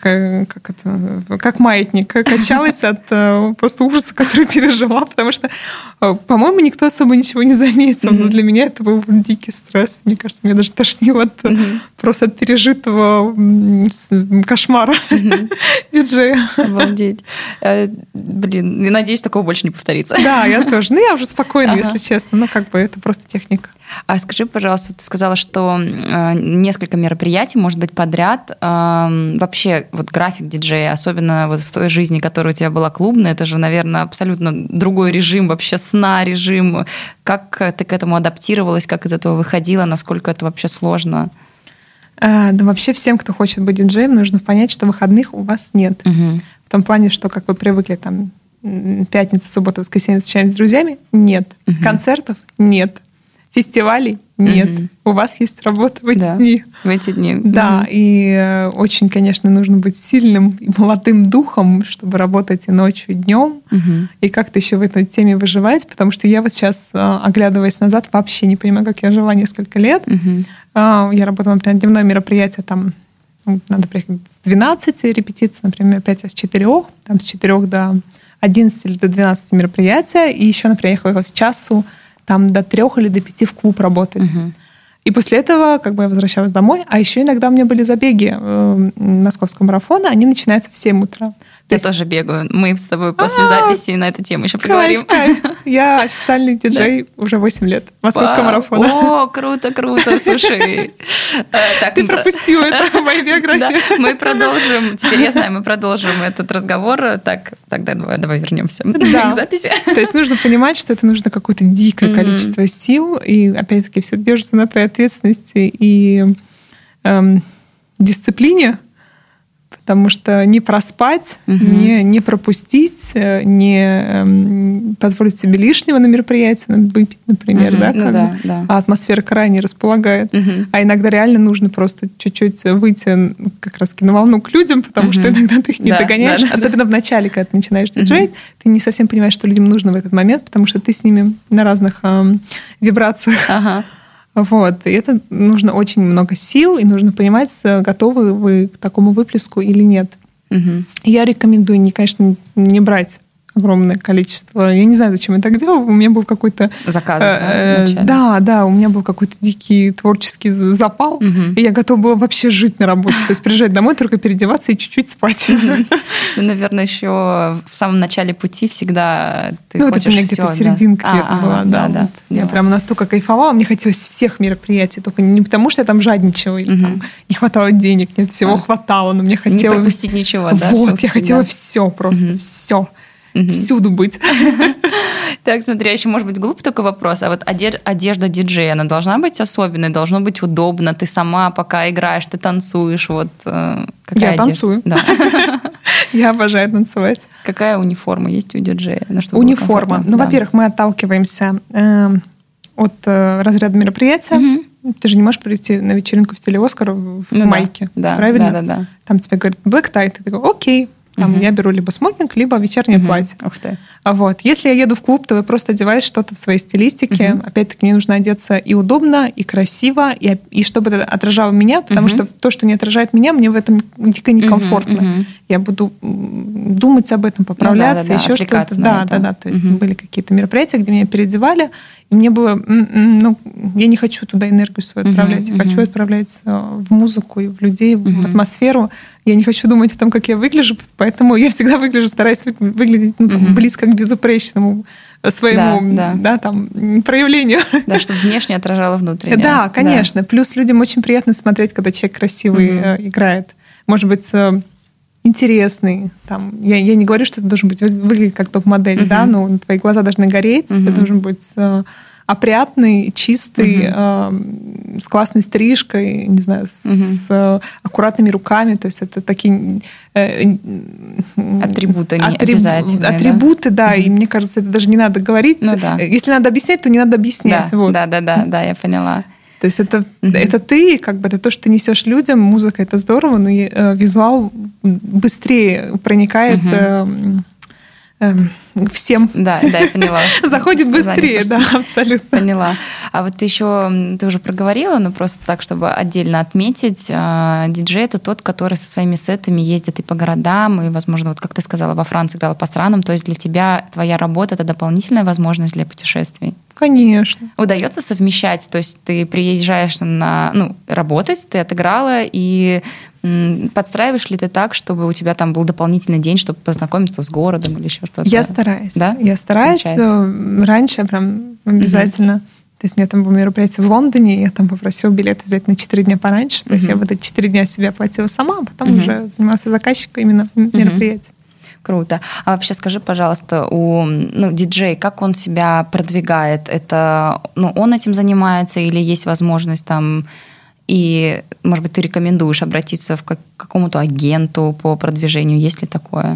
как маятник качалась от просто ужаса, который пережила, потому что, по-моему, никто особо ничего не заметил, но для меня это был дикий стресс. Мне кажется, меня даже тошнило просто от пережитого кошмара диджея. Обалдеть. Блин, надеюсь, такого больше не повторится. Да, я тоже. Ну, я уже спокойна, если честно. Ну, как бы это просто техника. А скажи, пожалуйста, ты сказала, что несколько мероприятий, может быть, подряд. Вообще, вот график диджея, особенно вот в той жизни, которая у тебя была клубная, это же, наверное, абсолютно другой режим, вообще сна режим. Как ты к этому адаптировалась, как из этого выходила, насколько это вообще сложно? Да вообще всем, кто хочет быть диджеем, нужно понять, что выходных у вас нет. В том плане, что, как вы привыкли, там, пятница, суббота, воскресенье встречаемся с друзьями? Нет. Концертов? Нет. Фестивалей? Нет. У вас есть работа в эти дни. В эти дни. Да, и очень, конечно, нужно быть сильным и молодым духом, чтобы работать и ночью, и днем, и как-то еще в этой теме выживать, потому что я вот сейчас, оглядываясь назад, вообще не понимаю, как я жила несколько лет. Я работала, например, дневное мероприятие, там надо приехать с 12 репетиций, например, опять с 4, там с 4 до 11 или до 12 мероприятия, и еще, например, я ехала с часу там до 3 или до 5 в клуб работать. И после этого как бы я возвращалась домой, а еще иногда у меня были забеги московского марафона, они начинаются в 7 утра. Я тоже бегаю. Мы с тобой после записи на эту тему еще поговорим. Я официальный диджей уже 8 лет московского марафона. О, круто, круто. Слушай. Ты пропустила это в моей биографии. Мы продолжим. Теперь я знаю, мы продолжим этот разговор. Так, тогда давай вернемся к записи. То есть нужно понимать, что это нужно какое-то дикое количество сил, и опять-таки все держится на твоей ответственности и дисциплине. Потому что не проспать, не пропустить, не позволить себе лишнего на мероприятии, надо выпить, например, а атмосфера крайне располагает. А иногда реально нужно просто чуть-чуть выйти как раз на волну к людям, потому что иногда ты их не догоняешь. Особенно в начале, когда ты начинаешь диджеить, ты не совсем понимаешь, что людям нужно в этот момент, потому что ты с ними на разных вибрациях. Вот. И это нужно очень много сил, и нужно понимать, готовы вы к такому выплеску или нет. Я рекомендую, конечно, не брать огромное количество. Я не знаю, зачем я так делала. У меня был какой-то... Заказ, да, у меня был какой-то дикий творческий запал, и я готова была вообще жить на работе. То есть приезжать домой, только переодеваться и чуть-чуть спать. Ну, наверное, еще в самом начале пути всегда ты хочешь это у меня где-то серединка была, да. Я прям настолько кайфовала, мне хотелось всех мероприятий, только не потому, что я там жадничала или там не хватало денег, нет, всего хватало, но мне хотелось... Не пропустить ничего, да? Вот, я хотела все просто, все. Всюду быть. Так, смотри, еще может быть глупый такой вопрос. А вот одежда диджея, она должна быть особенной, должно быть удобно. Ты сама пока играешь, ты танцуешь. Вот какая я танцую. Да. Я обожаю танцевать. Какая униформа есть у диджея? Униформа. Ну, во-первых, мы отталкиваемся от разряда мероприятия. Ты же не можешь прийти на вечеринку в стиле Оскар в майке. Правильно? Да. Там тебе говорят black tie, ты такой, окей. Там я беру либо смокинг, либо вечернее платье. Ух ты. Вот. Если я еду в клуб, то я просто одеваюсь что-то в своей стилистике. Опять-таки, мне нужно одеться и удобно, и красиво, и чтобы это отражало меня, потому что то, что не отражает меня, мне в этом дико некомфортно. Я буду думать об этом, поправляться, еще что-то. Да. То есть были какие-то мероприятия, где меня переодевали, и мне было, я не хочу туда энергию свою отправлять. Я хочу отправлять в музыку и в людей, в атмосферу. Я не хочу думать о том, как я выгляжу, поэтому я всегда стараюсь выглядеть близко к безупречному своему там, проявлению. Да, чтобы внешне отражало внутреннее. Да, конечно. Да. Плюс людям очень приятно смотреть, когда человек красивый играет. Может быть, интересный. Там, я не говорю, что ты должен быть выглядеть как топ-модель, да, но твои глаза должны гореть, ты должен быть опрятный, чистый, с классной стрижкой, не знаю, с аккуратными руками. То есть это такие атрибуты обязательные. Атрибуты, да, и мне кажется, это даже не надо говорить. Если надо объяснять, то не надо объяснять. Да, я поняла. То есть это ты, это то, что ты несешь людям. Музыка — это здорово, но визуал быстрее проникает всем. Да, я поняла. Заходит быстрее, да, абсолютно. Поняла. А вот еще, ты уже проговорила, но просто так, чтобы отдельно отметить, диджей — это тот, который со своими сетами ездит и по городам, и, возможно, вот как ты сказала, во Франции играла по странам, то есть для тебя твоя работа — это дополнительная возможность для путешествий? Конечно. Удается совмещать, то есть ты приезжаешь работать, ты отыграла, и подстраиваешь ли ты так, чтобы у тебя там был дополнительный день, чтобы познакомиться с городом или еще что-то? Я стараюсь. Да? Я стараюсь. Раньше прям обязательно. То есть у меня там было мероприятие в Лондоне, я там попросила билеты взять на 4 дня пораньше. То есть я вот эти 4 дня себе оплатила сама, а потом уже занимался заказчиком именно мероприятия. Круто. А вообще скажи, пожалуйста, диджей, как он себя продвигает? Это, он этим занимается или есть возможность там, и, может быть, ты рекомендуешь обратиться к какому-то агенту по продвижению? Есть ли такое?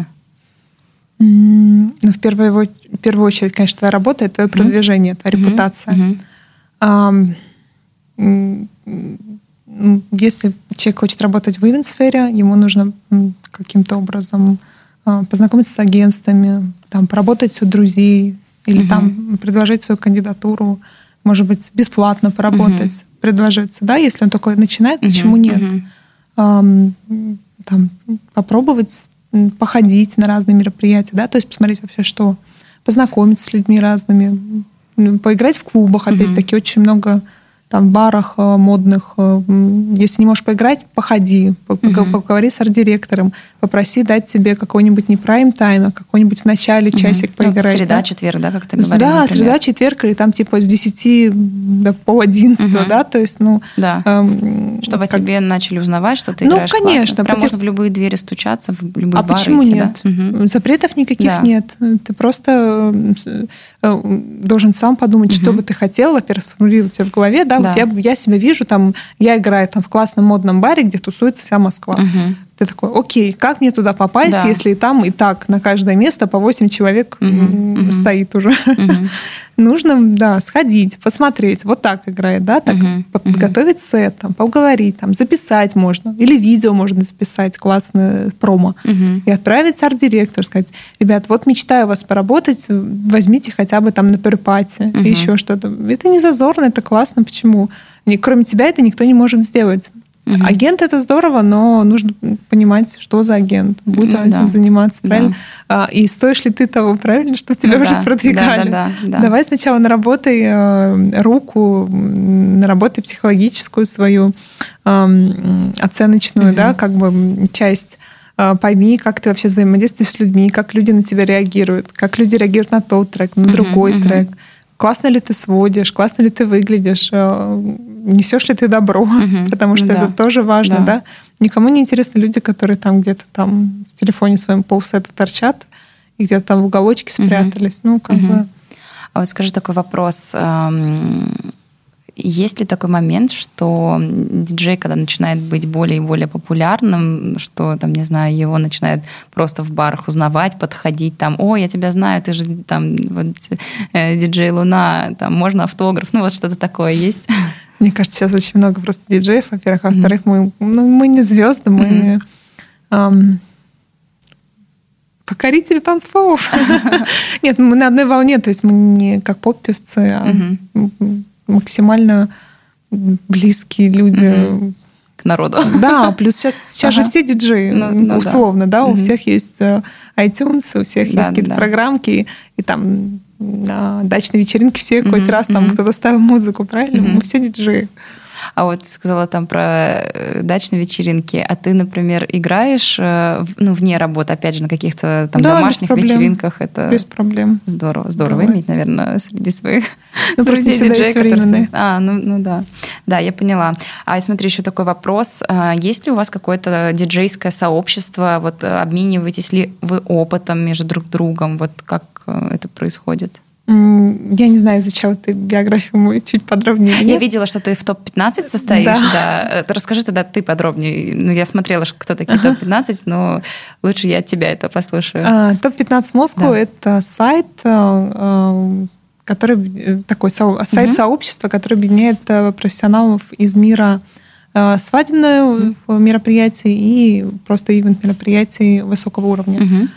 В первую очередь, конечно, твоя работа — это твое продвижение, твоя репутация. Если человек хочет работать в ивент-сфере, ему нужно каким-то образом познакомиться с агентствами, там, поработать у друзей или там предложить свою кандидатуру, может быть, бесплатно поработать, предложиться. Да? Если он только начинает, почему нет? Там, попробовать походить на разные мероприятия, да, то есть посмотреть вообще, что, познакомиться с людьми разными, поиграть в клубах, опять-таки, очень много там в барах модных. Если не можешь поиграть, походи, поговори с арт-директором, попроси дать тебе какой-нибудь не прайм-тайм, а какой-нибудь в начале часик поиграть. Среда, четверг, да, как ты говорила? Да, например. Среда, четверг, или там типа с 10 до 10:30, да, то есть, чтобы о тебе начали узнавать, что ты играешь классно. Конечно. Прям можно в любые двери стучаться, в любые бары почему идти, нет? Да? Запретов никаких нет. Ты просто должен сам подумать, что бы ты хотел, во-первых, сформулировать в голове, да, вот я себя вижу, там, я играю там в классном модном баре, где тусуется вся Москва. Ты такой, окей, как мне туда попасть, если там и так на каждое место по 8 человек стоит уже? Нужно, сходить, посмотреть, вот так играет, да, так подготовить сет, там, поговорить, там, записать можно, или видео можно записать, классное промо, и отправить арт-директору, сказать, ребят, вот мечтаю у вас поработать, возьмите хотя бы там на перпате, еще что-то. Это не зазорно, это классно, почему? Кроме тебя это никто не может сделать. Агент — это здорово, но нужно понимать, что за агент, будет он этим заниматься, правильно? И стоишь ли ты того, правильно, что тебя уже продвигали. Давай сначала наработай руку, наработай психологическую свою оценочную, как бы часть. Пойми, как ты вообще взаимодействуешь с людьми, как люди на тебя реагируют, как люди реагируют на тот трек, на другой трек. Классно ли ты сводишь, классно ли ты выглядишь, несешь ли ты добро, потому что это тоже важно, да. Никому не интересны люди, которые там где-то там в телефоне своем полсета торчат и где-то там в уголочке спрятались. Ну, как бы... А вот скажи такой вопрос. Есть ли такой момент, что диджей, когда начинает быть более и более популярным, что, там, не знаю, его начинают просто в барах узнавать, подходить, там, о, я тебя знаю, ты же там вот, диджей Луна, там, можно автограф, ну вот что-то такое есть? Мне кажется, сейчас очень много просто диджеев, во-первых, а во-вторых, мы не звезды, мы покорители танцполов. Нет, мы на одной волне, то есть мы не как поп-певцы, а максимально близкие люди. К народу. Да, плюс сейчас же все диджеи, условно, да, у всех есть iTunes, у всех есть какие-то программки, и там на дачной вечеринке все хоть раз там кто-то ставил музыку, правильно? Мы все диджеи. А вот ты сказала там про дачные вечеринки, а ты, например, играешь вне работы, опять же, на каких-то там домашних вечеринках? Это без проблем. Здорово. Здорово иметь, наверное, среди своих друзей диджеев, которые... Да. Да, я поняла. А смотри, еще такой вопрос. Есть ли у вас какое-то диджейское сообщество? Вот обмениваетесь ли вы опытом между друг другом? Вот как это происходит? Я не знаю, изучала ты биографию мою чуть подробнее. Я видела, что ты в топ-15 состоишь. Да. Расскажи тогда ты подробнее. Ну, я смотрела, кто такие топ-15, но лучше я от тебя это послушаю. Топ-15 Москва — это сайт, который такой сайт сообщества, который объединяет профессионалов из мира свадебных мероприятий и просто ивент-мероприятий высокого уровня.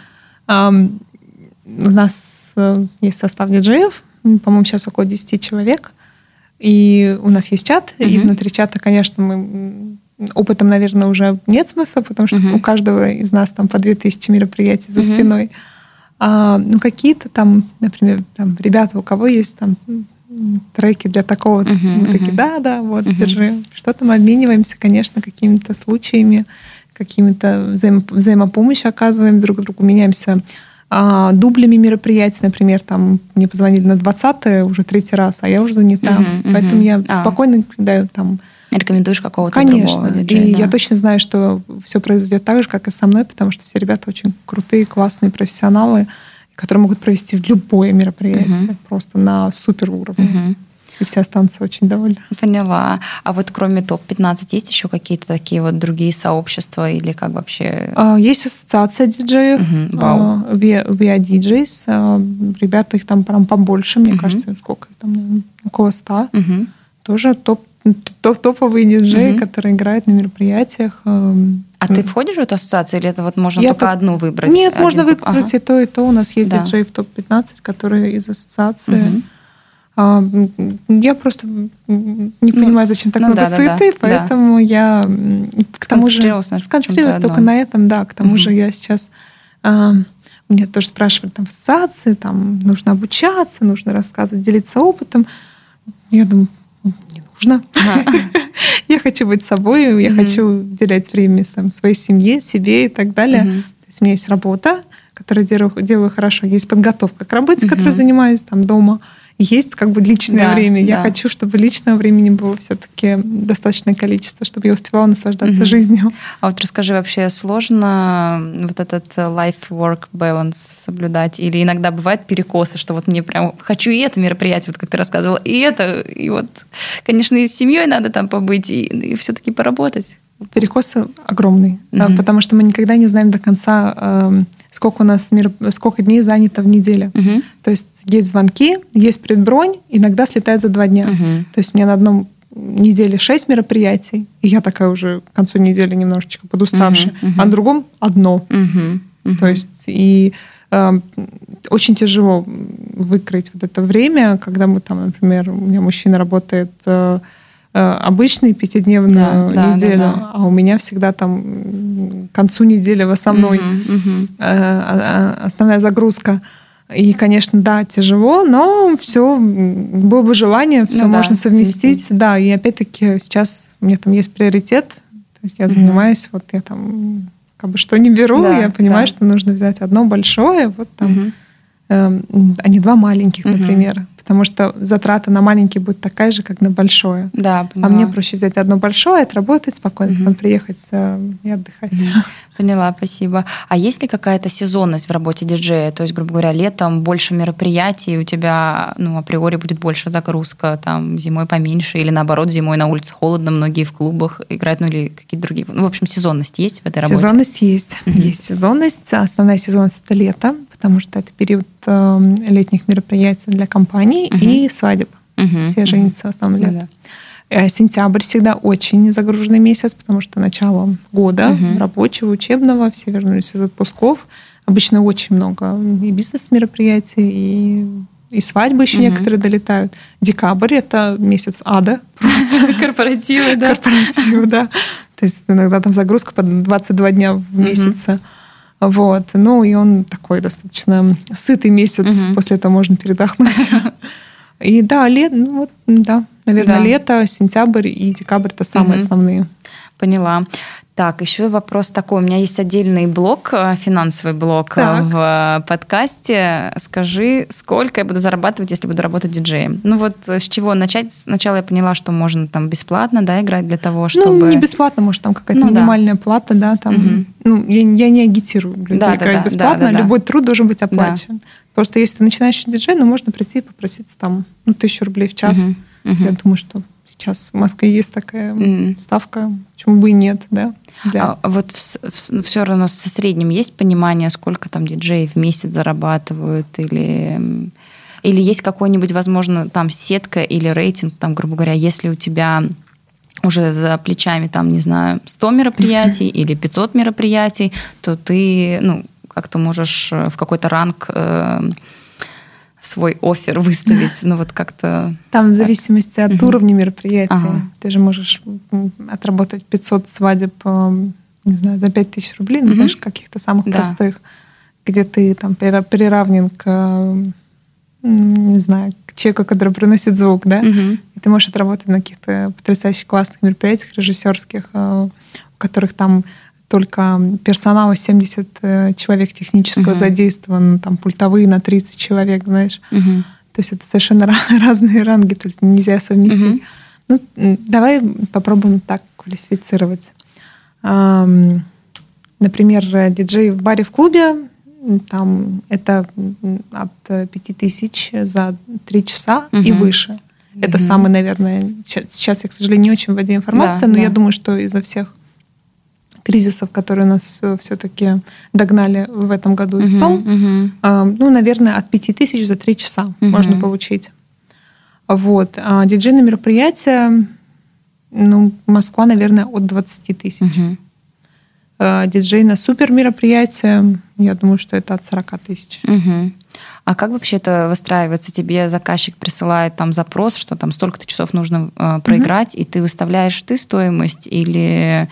У нас есть состав диджеев, по-моему, сейчас около 10 человек, и у нас есть чат, и внутри чата, конечно, мы опытом, наверное, уже нет смысла, потому что у каждого из нас там по 2000 мероприятий за спиной. Ну, какие-то там, например, там, ребята, у кого есть там треки для такого, мы такие, вот, держи. Что-то мы обмениваемся, конечно, какими-то случаями, какими-то взаимопомощью оказываем друг другу, меняемся дублями мероприятий, например, там мне позвонили на 20-е уже 3-й раз, а я уже занята. Поэтому я спокойно даю там... Рекомендуешь какого-то конечно, другого диджея. И я точно знаю, что все произойдет так же, как и со мной, потому что все ребята очень крутые, классные профессионалы, которые могут провести любое мероприятие просто на супер уровне. И все останутся очень довольны. Поняла. А вот кроме топ-15 есть еще какие-то такие вот другие сообщества или как вообще? Есть ассоциация диджеев, VIA DJs. Ребята, их там прям побольше, мне кажется, сколько там, около 100. Тоже топовые диджеи, которые играют на мероприятиях. А ты входишь в эту ассоциацию, или это вот можно только одну выбрать? Нет, можно выбрать и то, и то. У нас есть диджеи в топ-15, которые из ассоциации. Я просто не понимаю, зачем так много суеты, поэтому я к тому же сконцентрировалась только на этом, к тому же я сейчас... Меня тоже спрашивали там в ассоциации, там нужно обучаться, нужно рассказывать, делиться опытом. Я думаю, не нужно. Я хочу быть собой, я хочу уделять время своей семье, себе и так далее. То есть у меня есть работа, которую делаю хорошо, есть подготовка к работе, которой занимаюсь там дома. Есть как бы личное время. Я хочу, чтобы личного времени было все-таки достаточное количество, чтобы я успевала наслаждаться жизнью. А вот расскажи, вообще сложно вот этот life-work balance соблюдать? Или иногда бывают перекосы, что вот мне прям хочу и это мероприятие, вот как ты рассказывала, и это, и вот, конечно, и с семьей надо там побыть, и все-таки поработать. Перекосы огромные, потому что мы никогда не знаем до конца, сколько у нас сколько дней занято в неделе. То есть есть звонки, есть предбронь, иногда слетает за 2 дня. То есть у меня на одном неделе 6 мероприятий, и я такая уже к концу недели немножечко подуставшая, а на другом одно. То есть и очень тяжело выкроить вот это время, когда мы там, например, у меня мужчина работает обычную 5-дневную неделю, а у меня всегда там к концу недели в основной основная загрузка. И, конечно, да, тяжело, но все, было бы желание, все можно совместить. Да, и опять-таки сейчас у меня там есть приоритет, то есть я занимаюсь, вот я там как бы что не беру, я понимаю, что нужно взять одно большое, вот там, а не 2 маленьких, например. Потому что затрата на маленький будет такая же, как на большое. Да, поняла. А мне проще взять одно большое, отработать спокойно, потом приехать и отдыхать. Поняла, спасибо. А есть ли какая-то сезонность в работе диджея? То есть, грубо говоря, летом больше мероприятий, у тебя, априори будет больше загрузка, там, зимой поменьше, или наоборот, зимой на улице холодно, многие в клубах играют, или какие-то другие. В общем, сезонность есть в этой работе? Сезонность есть. Есть сезонность. Основная сезонность — это лето, потому что это период летних мероприятий для компаний и свадеб. Все женятся в основном летом. Сентябрь всегда очень загруженный месяц, потому что начало года рабочего, учебного, все вернулись из отпусков. Обычно очень много и бизнес-мероприятий, и свадьбы еще некоторые долетают. Декабрь — это месяц ада. Просто корпоративы, да? Корпоративы, да. То есть иногда там загрузка по 22 дня в месяц. Вот. И он такой достаточно сытый месяц. После этого можно передохнуть. И да, наверное, лето, сентябрь и декабрь — это самые основные. Поняла. Так, еще вопрос такой. У меня есть отдельный блок, финансовый блок в подкасте. Скажи, сколько я буду зарабатывать, если буду работать диджеем? С чего начать? Сначала я поняла, что можно там бесплатно, играть для того, чтобы... не бесплатно, может, там какая-то минимальная плата, да, там. Я не агитирую людей играть бесплатно. Любой труд должен быть оплачен. Просто если ты начинающий диджей, можно прийти и попроситься там 1000 рублей в час. Я думаю, что сейчас в Москве есть такая ставка, почему бы и нет, да? А вот все равно со средним есть понимание, сколько там диджеи в месяц зарабатывают, или есть какой-нибудь, возможно, там сетка или рейтинг, там, грубо говоря, если у тебя уже за плечами, там, не знаю, 100 мероприятий или 500 мероприятий, то ты, как-то можешь в какой-то ранг свой оффер выставить, как-то... Там в зависимости от уровня мероприятия. Ты же можешь отработать 500 свадеб, не знаю, за 5000 рублей, знаешь, каких-то самых простых, где ты там приравнен к, не знаю, к человеку, который приносит звук, да? И ты можешь отработать на каких-то потрясающих классных мероприятиях режиссерских, у которых там только персонала 70 человек технического задействовано, там пультовые на 30 человек, знаешь. То есть это совершенно разные ранги, то есть нельзя совместить. Давай попробуем так квалифицировать. Например, диджей в баре в клубе, там это от 5000 за 3 часа и выше. Это самый, наверное... Сейчас я, к сожалению, не очень владею информацией, но я думаю, что изо всех кризисов, которые нас все-таки догнали в этом году и в том, наверное, от 5000 за 3 часа можно получить. Вот. А диджейные мероприятия, Москва, наверное, от 20 тысяч. Диджей на супер мероприятия, я думаю, что это от 40 тысяч. А как вообще это выстраивается? Тебе заказчик присылает там запрос, что там столько-то часов нужно проиграть, и ты выставляешь стоимость, или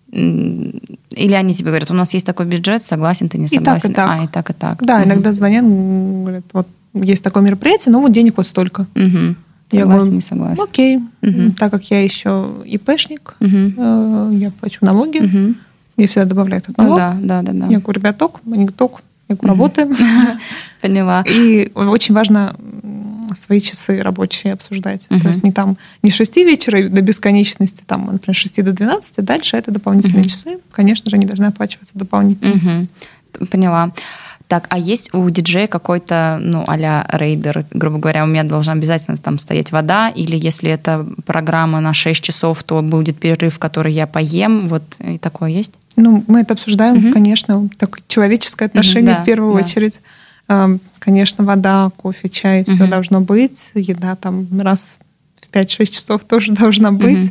они тебе говорят, у нас есть такой бюджет, согласен, ты не согласен? И так. И так, и так. Да, иногда звонят, говорят, вот есть такое мероприятие, но вот денег вот столько. Я говорю, не согласен. Окей. Так как я еще ИПшник, я плачу налоги, я всегда добавляю этот налог. Да. Я говорю, ребяток, анекдок, я говорю, работаем. Поняла. И очень важно свои часы рабочие обсуждать. То есть не с 6 вечера до бесконечности, там, например, с 6 до 12, дальше это дополнительные часы. Конечно же, они должны оплачиваться дополнительно. Поняла. Так, а есть у диджея какой-то, а-ля рейдер, грубо говоря, у меня должна обязательно там стоять вода, или если это программа на 6 часов, то будет перерыв, в который я поем, вот и такое есть? Мы это обсуждаем, конечно, такое человеческое отношение в первую очередь. Конечно, вода, кофе, чай, все должно быть, еда там раз в 5-6 часов тоже должна быть.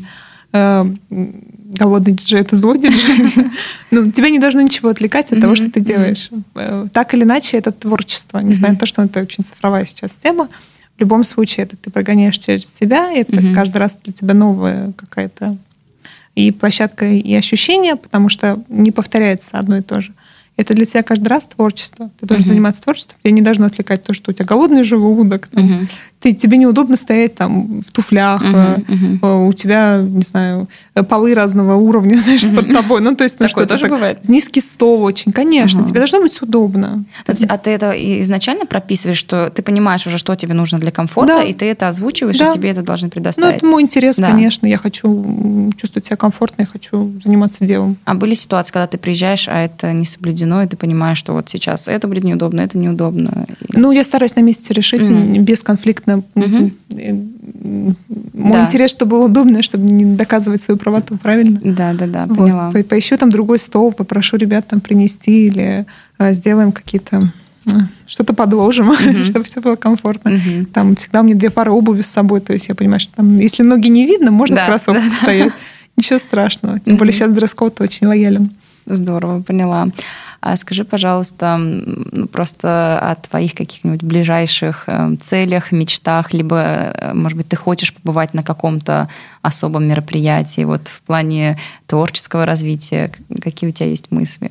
Голодный диджей — это злой диджей. Тебя не должно ничего отвлекать от того, что ты делаешь. Так или иначе, это творчество. Несмотря на то, что это очень цифровая сейчас тема, в любом случае это ты прогоняешь через себя, это каждый раз для тебя новая какая-то и площадка, и ощущение, потому что не повторяется одно и то же. Это для тебя каждый раз творчество. Ты должен заниматься творчеством. Тебя не должно отвлекать то, что у тебя голодный желудок. Там, тебе неудобно стоять там в туфлях. У тебя, не знаю, полы разного уровня, знаешь, под тобой. Ну, то есть, такое тоже бывает? Низкий стол очень. Конечно. Тебе должно быть удобно. А ты это изначально прописываешь, что ты понимаешь уже, что тебе нужно для комфорта, и ты это озвучиваешь, и тебе это должны предоставить? Ну, это мой интерес, конечно. Я хочу чувствовать себя комфортно, я хочу заниматься делом. А были ситуации, когда ты приезжаешь, а это не соблюдено, и ты понимаешь, что вот сейчас это будет неудобно, это неудобно? Ну, я стараюсь на месте решить бесконфликтно. Мой интерес, чтобы было удобно, чтобы не доказывать свою правоту, правильно? Да, поняла. Поищу там другой стол, попрошу ребят там принести или сделаем какие-то... Что-то подложим, чтобы все было комфортно. Там всегда у меня 2 пары обуви с собой, то есть я понимаю, что там, если ноги не видно, можно в кроссовках стоять. Ничего страшного. Тем более сейчас дресс-код очень лоялен. Здорово, поняла. А скажи, пожалуйста, просто о твоих каких-нибудь ближайших целях, мечтах, либо, может быть, ты хочешь побывать на каком-то особом мероприятии, вот в плане творческого развития, какие у тебя есть мысли?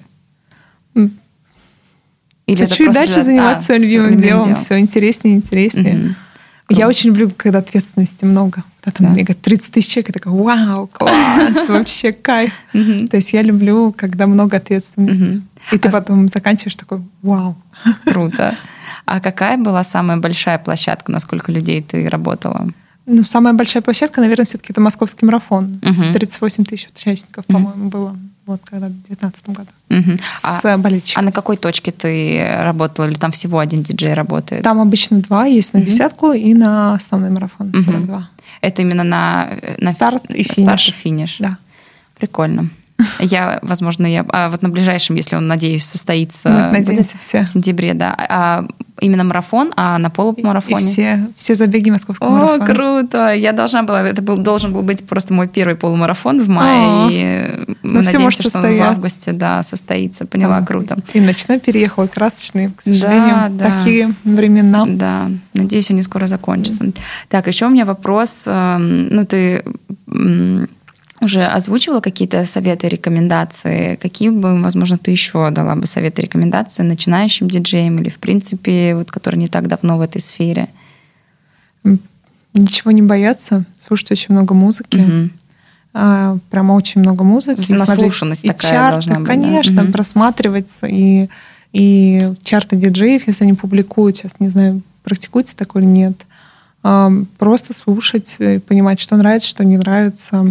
Или хочу и дальше заниматься своим любимым делом, все интереснее и интереснее. Я очень люблю, когда ответственности много. Когда там мне говорят 30 тысяч человек, я такая, вау, класс, вообще кайф. То есть я люблю, когда много ответственности. И ты потом заканчиваешь такой, вау. Круто. А какая была самая большая площадка, на сколько людей ты работала? Ну, самая большая площадка, наверное, все-таки это московский марафон. 38 тысяч участников, по-моему, было. Вот когда в 2019 году. С болельщиками. А на какой точке ты работала? Или там всего один диджей работает? Там обычно 2, есть на десятку и на основной марафон 42. Это именно на старт и финиш. Старт и финиш. Да. Прикольно. Вот на ближайшем, если он, надеюсь, состоится надеемся все. В сентябре, да. Именно марафон, а на полумарафоне? И все забеги московского марафона. О, круто! Я должен был быть просто мой первый полумарафон в мае. И мы надеемся, что он в августе состоится. Поняла, круто. И ночной переехал, и красочный, к сожалению, такие времена. Да, надеюсь, они скоро закончатся. Так, еще у меня вопрос. Ты уже озвучивала какие-то советы, рекомендации? Какие бы, возможно, ты еще дала бы советы, рекомендации начинающим диджеям или, в принципе, которые не так давно в этой сфере? Ничего не бояться, слушать очень много музыки. Прямо очень много музыки. Наслушанность такая чарты, должна быть. Конечно, просматриваться. И чарты диджеев, если они публикуют, сейчас не знаю, практикуется такое или нет. Просто слушать, понимать, что нравится, что не нравится.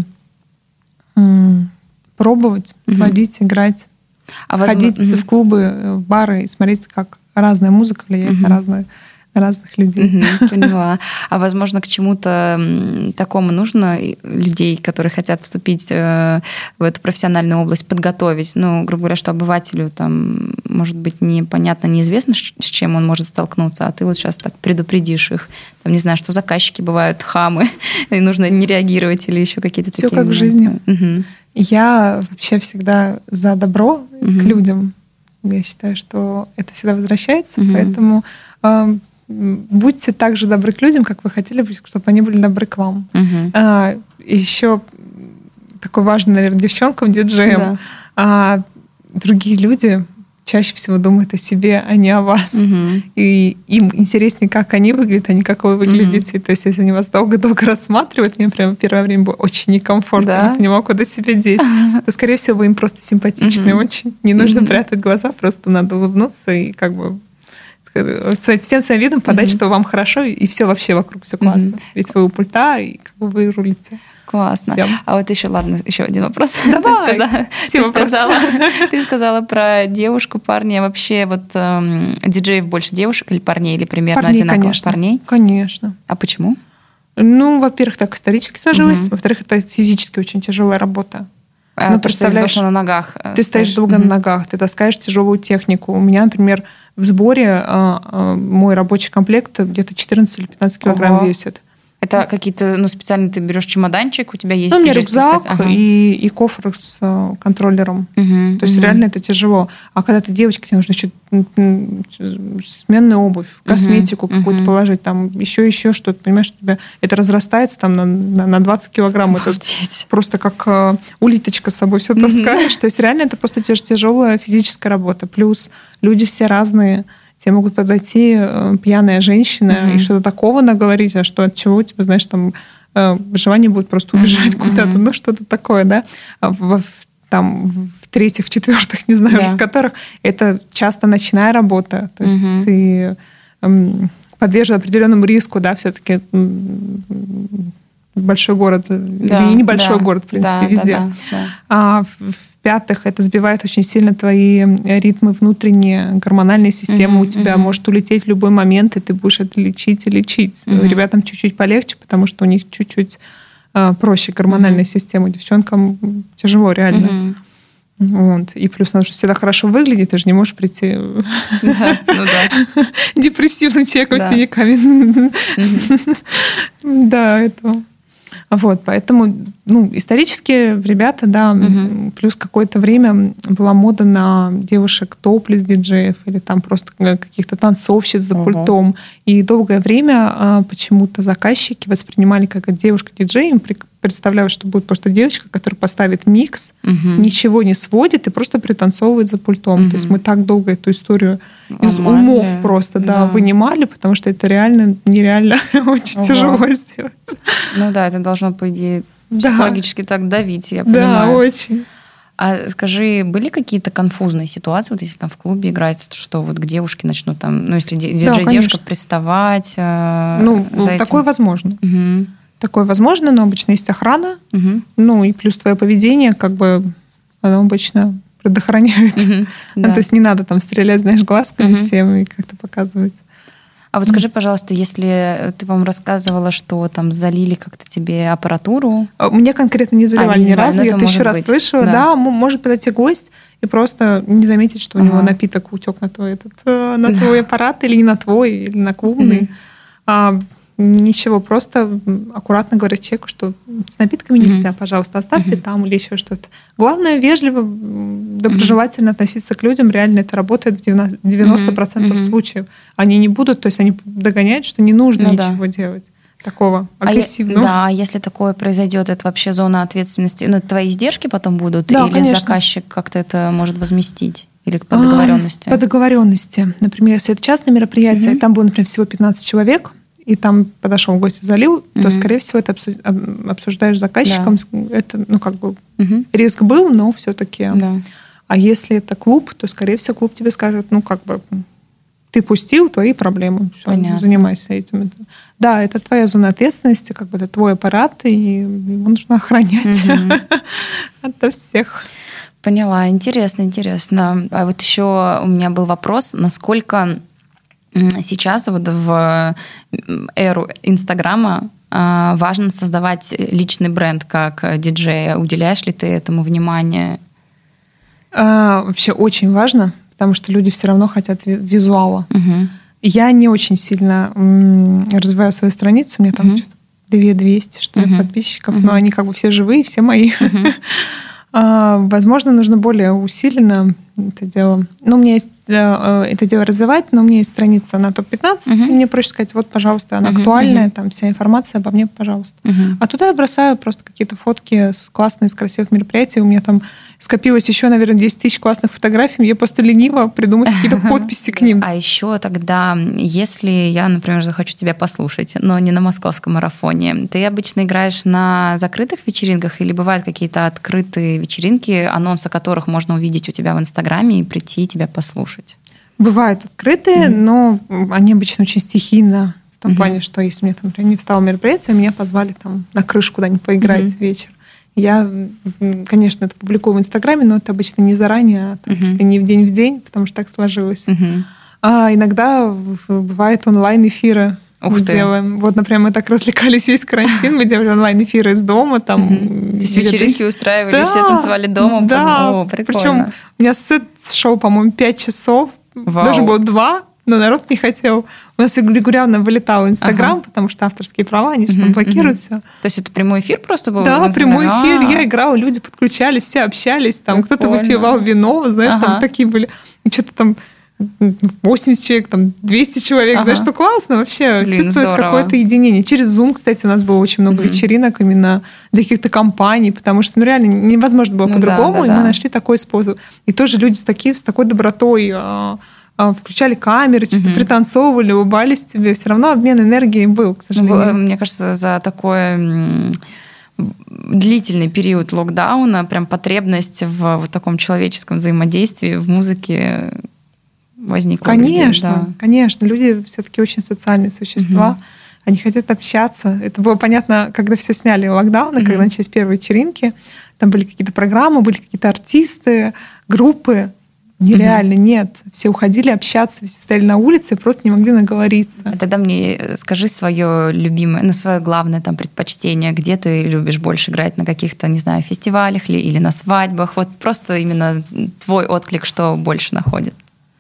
Пробовать, сводить, играть, сходить в клубы, в бары и смотреть, как разная музыка влияет на разных людей. Поняла. А возможно, к чему-то такому нужно людей, которые хотят вступить в эту профессиональную область, подготовить? Ну, грубо говоря, что обывателю там, может быть, непонятно, неизвестно, с чем он может столкнуться, а ты вот сейчас так предупредишь их. Там, не знаю, что заказчики бывают хамы, и нужно не реагировать или еще какие-то такие... Все как в жизни. Я вообще всегда за добро к людям. Я считаю, что это всегда возвращается, поэтому... будьте так же добры к людям, как вы хотели бы, чтобы они были добры к вам. Еще такой важный, наверное, девчонкам, диджеям. Другие люди чаще всего думают о себе, а не о вас. И им интереснее, как они выглядят, а не как вы выглядите. То есть, если они вас долго-долго рассматривают, мне прямо первое время было очень некомфортно, не понимала, куда себя деть, то, скорее всего, вы им просто симпатичны очень. Не нужно прятать глаза, просто надо улыбнуться и как бы всем своим видом подать, что вам хорошо, и все вообще вокруг все классно. Ведь вы у пульта, и как бы вы рулите. Классно. Всем. А вот еще один вопрос. Давай. Ты сказала про девушку, парня. Вообще вот диджеев больше девушек или парней, или примерно одинаково? Парней? Конечно. А почему? Ну, во-первых, так исторически сложилось. Во-вторых, это физически очень тяжелая работа. Ну, представляешь, на ногах. Ты стоишь долго на ногах, ты таскаешь тяжелую технику. У меня, например, в сборе мой рабочий комплект где-то 14 или 15 килограмм весит. Это какие-то, специально ты берешь чемоданчик, у тебя есть... У меня рюкзак и кофр с контроллером. То есть реально это тяжело. А когда ты девочка, тебе нужно еще сменную обувь, косметику какую-то положить, там еще что-то, понимаешь, у тебя это разрастается там на 20 килограмм. Это просто как улиточка с собой все таскаешь. То есть реально это просто тяжелая физическая работа. Плюс люди все разные. Тебе могут подойти пьяная женщина и что-то такого наговорить, а что от чего у тебя, знаешь, там желание будет просто убежать куда-то, что-то такое, да. Там в третьих, в четвертых, не знаю, в которых это часто ночная работа. То есть ты подвержен определенному риску, да, все-таки большой город, или небольшой город, в принципе, везде. А в-пятых, это сбивает очень сильно твои ритмы внутренние, гормональные системы у тебя может улететь в любой момент, и ты будешь это лечить и лечить. Ребятам чуть-чуть полегче, потому что у них чуть-чуть проще гормональная система. Девчонкам тяжело, реально. Вот. И плюс надо всегда хорошо выглядеть, ты же не можешь прийти депрессивным человеком с синяками. Да, это... Вот, поэтому, исторически ребята, да, плюс какое-то время была мода на девушек топлес-диджеев или там просто каких-то танцовщиц за пультом. И долгое время почему-то заказчики воспринимали как девушка-диджей, им представляют, что будет просто девочка, которая поставит микс, ничего не сводит и просто пританцовывает за пультом. То есть мы так долго эту историю из умов просто вынимали, потому что это реально нереально очень тяжело сделать. Это должно, по идее, психологически так давить, я понимаю. Да, очень. А скажи, были какие-то конфузные ситуации, вот если там в клубе играть, что вот к девушке начнут там, если диджей-девушка приставать? Такое возможно. Такое возможно, но обычно есть охрана, и плюс твое поведение, оно обычно предохраняет. То есть не надо там стрелять, знаешь, глазками всем и как-то показывать. А вот скажи, пожалуйста, если ты, по-моему, рассказывала, что там залили как-то тебе аппаратуру? Мне конкретно не заливали ни разу, я 1000 раз слышала. Да, может подойти гость и просто не заметить, что у него напиток утек на твой аппарат, или не на твой, или на клубный. Ничего, просто аккуратно говорят человеку, что с напитками нельзя, пожалуйста, оставьте там или еще что-то. Главное, вежливо, доброжелательно относиться к людям. Реально это работает в 90% случаев. Они не будут, то есть они догоняют, что не нужно ничего делать такого агрессивного. Да, если такое произойдет, это вообще зона ответственности. Твои издержки потом будут? Да, или конечно. Заказчик как-то это может возместить? Или по договоренности? По договоренности. Например, если это частное мероприятие, там было, например, всего 15 человек, и там подошел гость и залил, то, скорее всего, это обсуждаешь с заказчиком. Да. Это, риск был, но все-таки. Да. А если это клуб, то, скорее всего, клуб тебе скажет, ты пустил, твои проблемы. Все, занимайся этим. Да, это твоя зона ответственности, это твой аппарат, и его нужно охранять ото всех. Поняла. Интересно. А вот еще у меня был вопрос, насколько сейчас вот в эру Инстаграма важно создавать личный бренд как диджея. Уделяешь ли ты этому внимание? Вообще очень важно, потому что люди все равно хотят визуала. Я не очень сильно развиваю свою страницу, у меня там что-то 2200, что ли, подписчиков, но они все живые, все мои. Возможно, нужно более усиленно это дело. У меня есть это дело развивать, но у меня есть страница на топ-15, и мне проще сказать, вот, пожалуйста, она актуальная, там вся информация обо мне, пожалуйста. А туда я бросаю просто какие-то фотки с красивых мероприятий. У меня там скопилось еще, наверное, 10 тысяч классных фотографий, мне просто лениво придумать какие-то подписи к ним. А еще тогда, если я, например, захочу тебя послушать, но не на московском марафоне, ты обычно играешь на закрытых вечеринках или бывают какие-то открытые вечеринки, анонсы которых можно увидеть у тебя в Инстаграме и прийти тебя послушать? Бывают открытые, но они обычно очень стихийно, в том плане, что если мне там не встало мероприятие, меня позвали там на крышу куда-нибудь поиграть вечер. Я, конечно, это публикую в Инстаграме, но это обычно не заранее, не в день, потому что так сложилось. А иногда бывают онлайн-эфиры. Мы делаем. Вот, например, мы так развлекались весь карантин, мы делали онлайн-эфиры из дома. Там, то есть вечеринки устраивали, все танцевали дома? Да, причем у меня сет-шоу, по-моему, 5 часов. Вау. Даже было 2. но народ не хотел. У нас регулярно вылетал Инстаграм, потому что авторские права, они же там блокируют все. То есть это прямой эфир просто был? Да, прямой эфир. Я играла, люди подключались, все общались. Там кто-то выпивал вино, знаешь, там такие были. Что-то там 80 человек, там 200 человек. Знаешь, что классно вообще. Чувствуется какое-то единение. Через Zoom, кстати, у нас было очень много вечеринок именно для каких-то компаний, потому что реально невозможно было по-другому, и мы нашли такой способ. И тоже люди с такой добротой включали камеры, что-то пританцовывали, улыбались тебе. Все равно обмен энергией был, к сожалению. Мне кажется, за такой длительный период локдауна прям потребность в вот таком человеческом взаимодействии в музыке возникла. Конечно, конечно. Люди все-таки очень социальные существа. Они хотят общаться. Это было понятно, когда все сняли локдауны, когда начались первые вечеринки. Там были какие-то программы, были какие-то артисты, группы. Нереально, нет. Все уходили общаться, все стояли на улице и просто не могли наговориться. Тогда мне скажи свое любимое, свое главное там предпочтение, где ты любишь больше играть, на каких-то, не знаю, фестивалях ли, или на свадьбах. Вот просто именно твой отклик, что больше находит.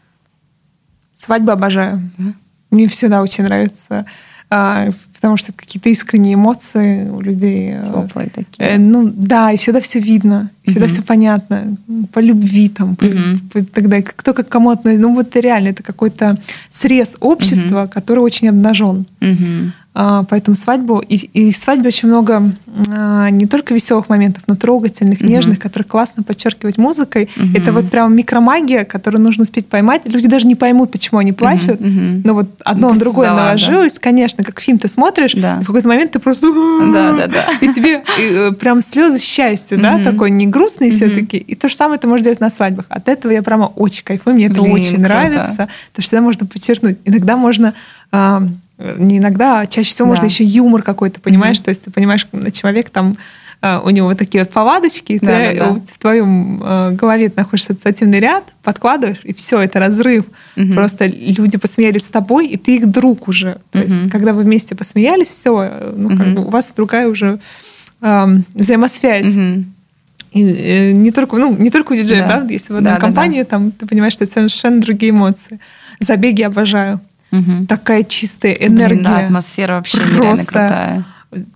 Свадьбы обожаю. Мне всегда очень нравится, потому что какие-то искренние эмоции у людей. Теплые такие. Да, и всегда все видно, всегда все понятно. По любви там, тогда кто как к кому относится. Вот реально, это какой-то срез общества, который очень обнажен. Поэтому свадьбу, и в свадьбе очень много не только веселых моментов, но трогательных, нежных, которые классно подчеркивать музыкой. Это вот прям микромагия, которую нужно успеть поймать. Люди даже не поймут, почему они плачут, но вот одно на другое наложилось. Конечно, как фильм ты смотришь, и в какой-то момент ты просто... И тебе прям слезы счастья, да, такой не грустный все-таки. И то же самое ты можешь делать на свадьбах. От этого я прямо очень кайфую, мне это очень нравится. Потому что всегда можно подчеркнуть. Иногда можно... Не иногда, а чаще всего можно еще юмор какой-то, понимаешь? То есть ты понимаешь, человек там, у него вот такие вот повадочки, и ты в твоем голове ты находишь ассоциативный ряд, подкладываешь, и все, это разрыв. Просто люди посмеялись с тобой, и ты их друг уже. То есть когда вы вместе посмеялись, все, у вас другая уже взаимосвязь. И не только у диджея, да, если в одной компании, там ты понимаешь, что это совершенно другие эмоции. Забеги обожаю. Такая чистая энергия. Атмосфера вообще нереально крутая.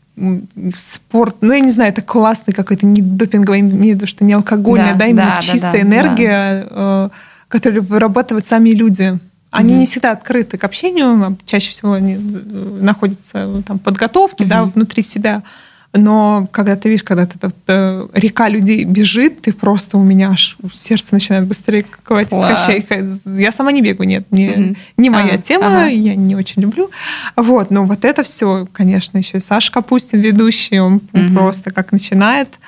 Спорт, я не знаю, это классный какой-то, не допинговый, не то, что не алкогольная, именно чистая энергия, которую вырабатывают сами люди. Они не всегда открыты к общению, чаще всего они находятся там, в подготовке, внутри себя. Но когда ты видишь, когда река людей бежит, ты просто у меня аж сердце начинает быстрее колотить. Я сама не бегаю, нет, не моя тема, я не очень люблю. Но вот это все, конечно, еще и Саша Капустин, ведущий, он просто как начинает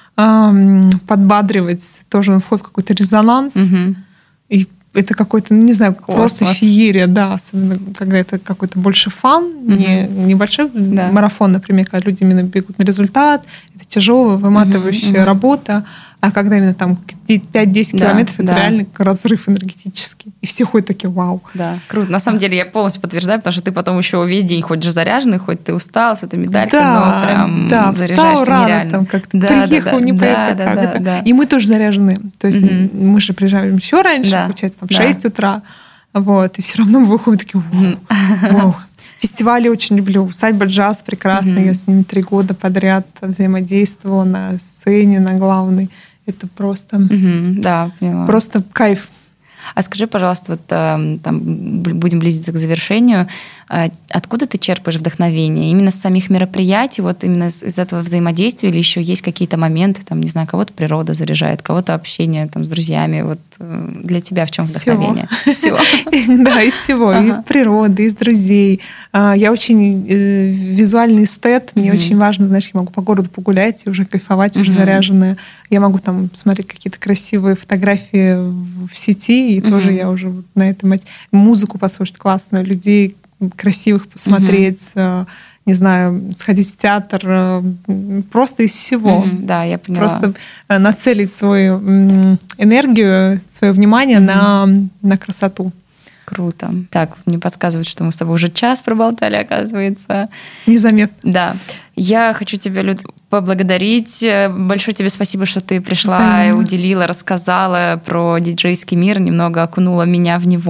подбадривать, тоже он входит в какой-то резонанс. И это какой-то, не знаю, просто феерия, да, особенно когда это какой-то больше фан, не небольшой марафон, например, когда люди именно бегут на результат, это тяжелая, выматывающая работа, а когда именно там 5-10 километров, это реально разрыв энергетический. И все ходят такие, вау. Да, круто. На самом деле я полностью подтверждаю, потому что ты потом еще весь день ходишь заряженный, хоть ты устал с этой медалькой, но прям заряжаешься рано, нереально. Там как-то приехал, непонятно как это. И мы тоже заряжены. То есть мы же приезжаем еще раньше, получается, там в 6 утра. И все равно мы выходим такие, вау. Фестивали очень люблю. Усадьба джаз прекрасный. Я с ними 3 года подряд взаимодействовала на сцене, на главной. Это просто, просто кайф. А скажи, пожалуйста, вот там будем близиться к завершению. Откуда ты черпаешь вдохновение? Именно с самих мероприятий, вот именно из этого взаимодействия, или еще есть какие-то моменты, там, не знаю, кого-то природа заряжает, кого-то общение там, с друзьями. Вот для тебя в чем вдохновение? Всего. Да, из всего. И природы, из друзей. Я очень визуальный эстет. Мне очень важно, знаешь, я могу по городу погулять и уже кайфовать, уже заряженная. Я могу там смотреть какие-то красивые фотографии в сети, и тоже я уже на этом музыку послушать классную, людей красивых посмотреть, не знаю, сходить в театр, просто из всего. Да, я поняла. Просто нацелить свою энергию, свое внимание на красоту. Круто. Так, мне подсказывают, что мы с тобой уже час проболтали, оказывается. Незаметно. Да. Я хочу тебя, Люд, поблагодарить. Большое тебе спасибо, что ты пришла и уделила, рассказала про диджейский мир, немного окунула меня в него.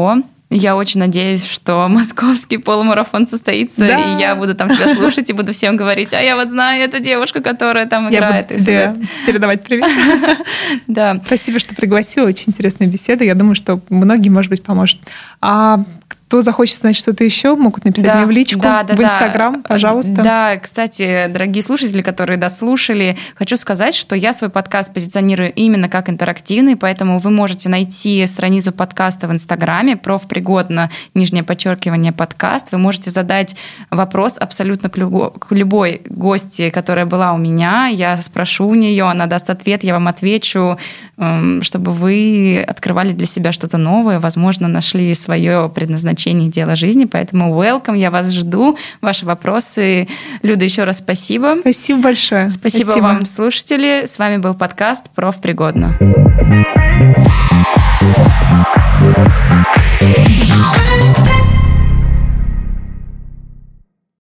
Я очень надеюсь, что московский полумарафон состоится, и я буду там себя слушать и буду всем говорить, а я вот знаю эту девушку, которая там играет. Я буду тебе передавать привет. Да. Спасибо, что пригласила. Очень интересная беседа. Я думаю, что многим, может быть, поможет. А кто захочет знать что-то еще, могут написать мне в личку, в Инстаграм, пожалуйста. Да, кстати, дорогие слушатели, которые дослушали, хочу сказать, что я свой подкаст позиционирую именно как интерактивный, поэтому вы можете найти страницу подкаста в Инстаграме, профпригодно, _ подкаст. Вы можете задать вопрос абсолютно к любой гости, которая была у меня. Я спрошу у нее, она даст ответ, я вам отвечу, чтобы вы открывали для себя что-то новое, возможно, нашли свое предназначение, дело жизни. Поэтому welcome, я вас жду. Ваши вопросы. Люда, еще раз спасибо. Спасибо большое. Спасибо вам, слушатели. С вами был подкаст «Профпригодно».